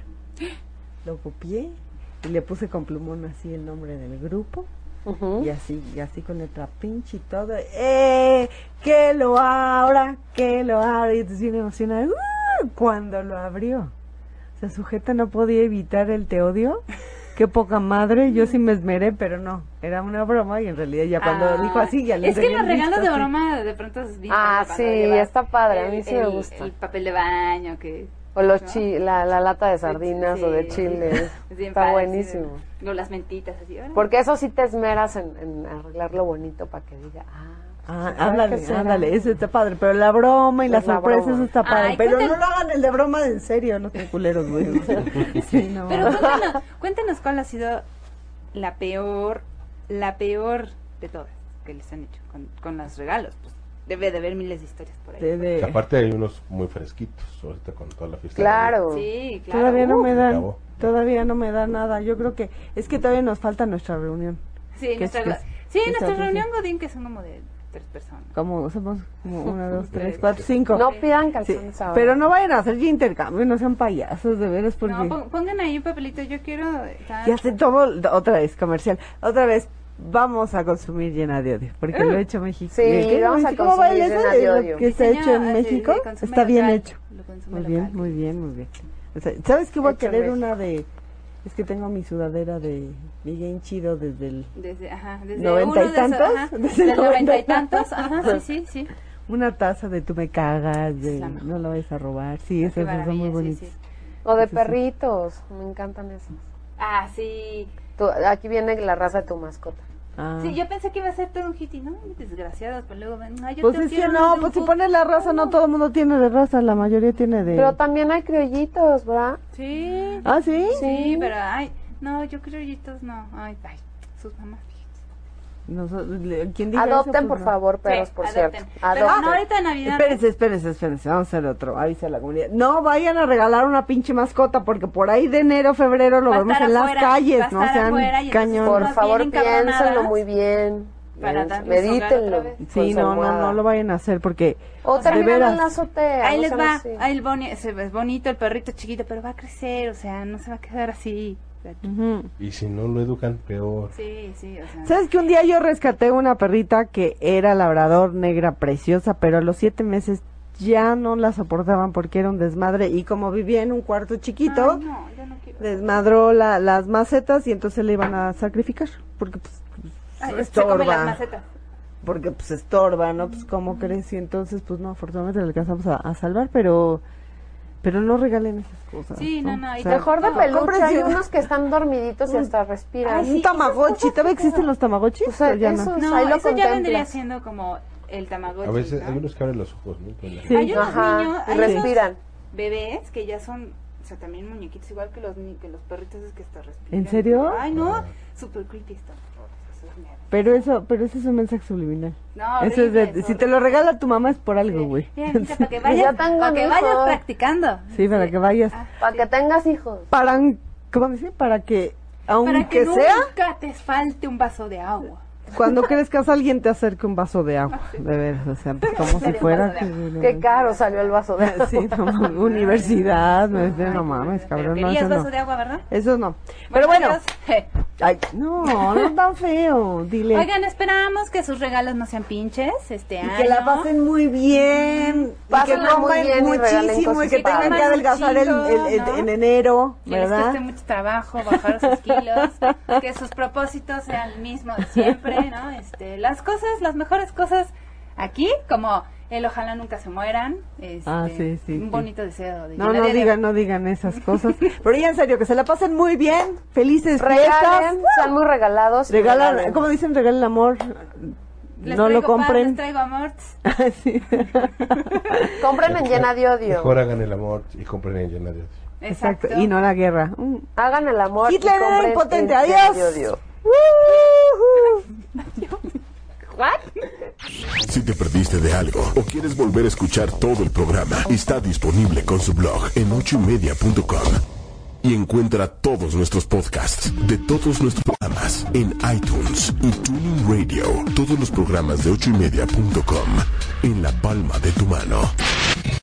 Lo copié y le puse con plumón así el nombre del grupo Ujú. y así, y así con letra pinche y todo. ¡Eh! ¡Que lo abra! ¡Que lo abra! Y entonces bien emocionada. ¡Uh! Cuando lo abrió. O sea, sujeta no podía evitar el te odio. qué poca madre, yo sí me esmeré, pero no, era una broma y en realidad ya cuando Ah, dijo así ya le es que enseñé los el regalos listo, de así. broma de pronto es bien Ah, padre sí, cuando llevas está padre, a mí el- sí me el- gusta. El papel de baño que O los ¿no? chi la, la lata de sardinas Sí, o de sí. chile. Es bien Está padre, buenísimo. sí, de- o las mentitas así. órale. Porque eso sí te esmeras en, en arreglarlo bonito para que diga, ah, Ah, ¿sabe ándale, qué será? ándale, eso está padre, pero la broma y la Pues la sorpresa, broma. eso está padre, Ay, pero cuenten- no lo hagan el de broma de en serio, no sean culeros, güey. Sí, no. Pero cuéntanos, cuéntanos cuál ha sido la peor, la peor de todas que les han hecho con, con los regalos. Pues debe de haber miles de historias por ahí. De- de- Que aparte hay unos muy fresquitos, ahorita con toda la fiesta. Claro. Sí, claro. Todavía no Uh, me dan, acabó. todavía no me da nada. Yo creo que es que todavía nos falta nuestra reunión. Sí, ¿Qué nuestra, es- qué es? sí, qué nuestra es? reunión Godín que son como de tres personas. Como somos como una, dos, tres, Tres. cuatro, cinco. No pidan Sí, calzones ahora. pero no vayan a hacer ya intercambio, no sean payasos, de veras, porque No, pon- pongan ahí un papelito, yo quiero... tal. ya se todo otra vez comercial, otra vez vamos a consumir llena de odio, porque lo ha hecho México. Sí, ¿Qué? vamos a ¿Cómo va consumir eso llena de de lo odio. que está Diseño, hecho en así, México? de consumo Está bien local, hecho. lo consume Muy bien, local. muy bien, muy bien. O sea, ¿sabes qué voy a Hecho en querer México. una de? Es que tengo mi sudadera de Bien Chido desde el Desde, ajá, desde ¿Noventa uno y de esos, tantos? ajá, Desde del noventa y noventa y tantos, ajá, sí, sí, sí. una taza de tú me cagas, de Es la mejor. no la vais a robar. Sí, Ah, esas qué son muy maravilla, sí, bonitas. sí. O de Sí, sí. perritos, me encantan esos. Ah, sí. Tu- aquí viene la raza de tu mascota. Ah. Sí, yo pensé que iba a ser todo un hit y no, desgraciados, pero luego ven, ay, yo Pues te es que quiero no, de pues un si pones la raza, no todo el mundo tiene de raza, la mayoría tiene de... Pero también hay criollitos, ¿verdad? Sí. ¿Ah, sí? Sí, pero ay, no, yo criollitos no. Ay, ay, sus mamás. Nosotros- le- ¿quién diga eso? Adopten, Pues por no. favor, perros, Sí, por adopten. cierto. Pero Adopten. no, ahorita en Navidad. Espérense, espérense, espérense, vamos a hacer otro, avisa a la comunidad. No vayan a regalar una pinche mascota, porque por ahí de enero, febrero lo Va a vemos estar en afuera, las calles, va a no estar sean afuera y entonces cañón. Por Más favor, bien encabronadas. piénsenlo muy bien. Para Piens- darles hogar Medítenlo. otra vez. con Sí, su no, no, almohada. no lo vayan a hacer, porque O de terminan veras. en la azotea. Ahí no les sean va, así. ahí el boni, ese es bonito el perrito chiquito, pero va a crecer, o sea, no se va a quedar así. Ujú. Y si no lo educan, peor. Sí, sí, o sea. ¿Sabes que un día yo rescaté una perrita que era labrador negra preciosa, pero a los siete meses ya no la soportaban porque era un desmadre y como vivía en un cuarto chiquito, Ay, no, yo no quiero. desmadró la, las macetas y entonces le iban a sacrificar porque pues Ay, se come las estorba, macetas. porque pues estorba, ¿no? Pues cómo crees y entonces pues no, afortunadamente le alcanzamos a, a salvar, pero pero no regalen esas cosas. Sí, no, no, y O sea, Mejor de No, peluche, cómprense hay un- unos que están dormiditos y hasta respiran. Ay, sí, un esas tamagotchi, cosas ¿todavía que existen no. los tamagotchis? O sea, ¿O ya no? eso- No, ahí lo eso ya vendría contemplas. siendo como el tamagotchi. A veces ¿no? hay unos que abren los ojos, ¿no? Con la- Sí. Hay unos Ajá, niños, y hay unos respiran. bebés que ya son, o sea, también muñequitos, igual que los ni- que los perritos es que hasta respiran. ¿En serio? Ay, no, Ah. super creepy está. Eso es miedo. Pero eso, pero eso es un mensaje subliminal. No, Eso es horrible, de, es si te lo horrible. regala tu mamá es por algo, güey. Mira, mira, para que Ya vayas, tengo para que un vayas hijo. practicando. Sí, para que vayas. Ah, Para sí. que tengas hijos. Para, ¿cómo dice? Para que, aunque Para que sea, nunca te falte un vaso de agua. cuando crezcas alguien te acerque un vaso de agua. De veras, o sea, pues, como si Dale un fuera... vaso de que- Qué caro salió el vaso de agua. Sí, no, universidad, no, es de- no mames, Pero cabrón, no, querías eso vaso no. de agua, ¿verdad? Eso no. Pero bueno, adiós. Je. ay, no, no tan feo, dile. Oigan, esperamos que sus regalos no sean pinches este Y año. que la pasen muy bien, y que Pásenla muy coman bien y regalen muchísimo y cosas que tengan padres. que adelgazar el, el- el- ¿no? en enero, Que les ¿verdad? cueste mucho trabajo bajar esos kilos, que sus propósitos sean el mismo de siempre, ¿no? Este, las cosas, las mejores cosas aquí, como el ojalá nunca se mueran, este, Ah, sí, sí, un sí. bonito deseo de No, llenar no de- digan, no digan esas cosas. Pero ya en serio, que se la pasen muy bien, felices Regalen, fiestas. sean muy regalados. y Regalan, regalen. como dicen, regalen amor. Les no lo traigo paz, compren. les traigo amor. Sí. Compren en llena de odio. Mejor hagan el amor y compren en llena de odio. Exacto, y no la guerra. Mm. Hagan el amor. y Hitler era compren impotente, en adiós. llena de odio. Si te perdiste de algo o quieres volver a escuchar todo el programa, está disponible con su blog en ocho y media punto com. Y encuentra todos nuestros podcasts de todos nuestros programas en iTunes y Tuning Radio. Todos los programas de ocho y media punto com en la palma de tu mano.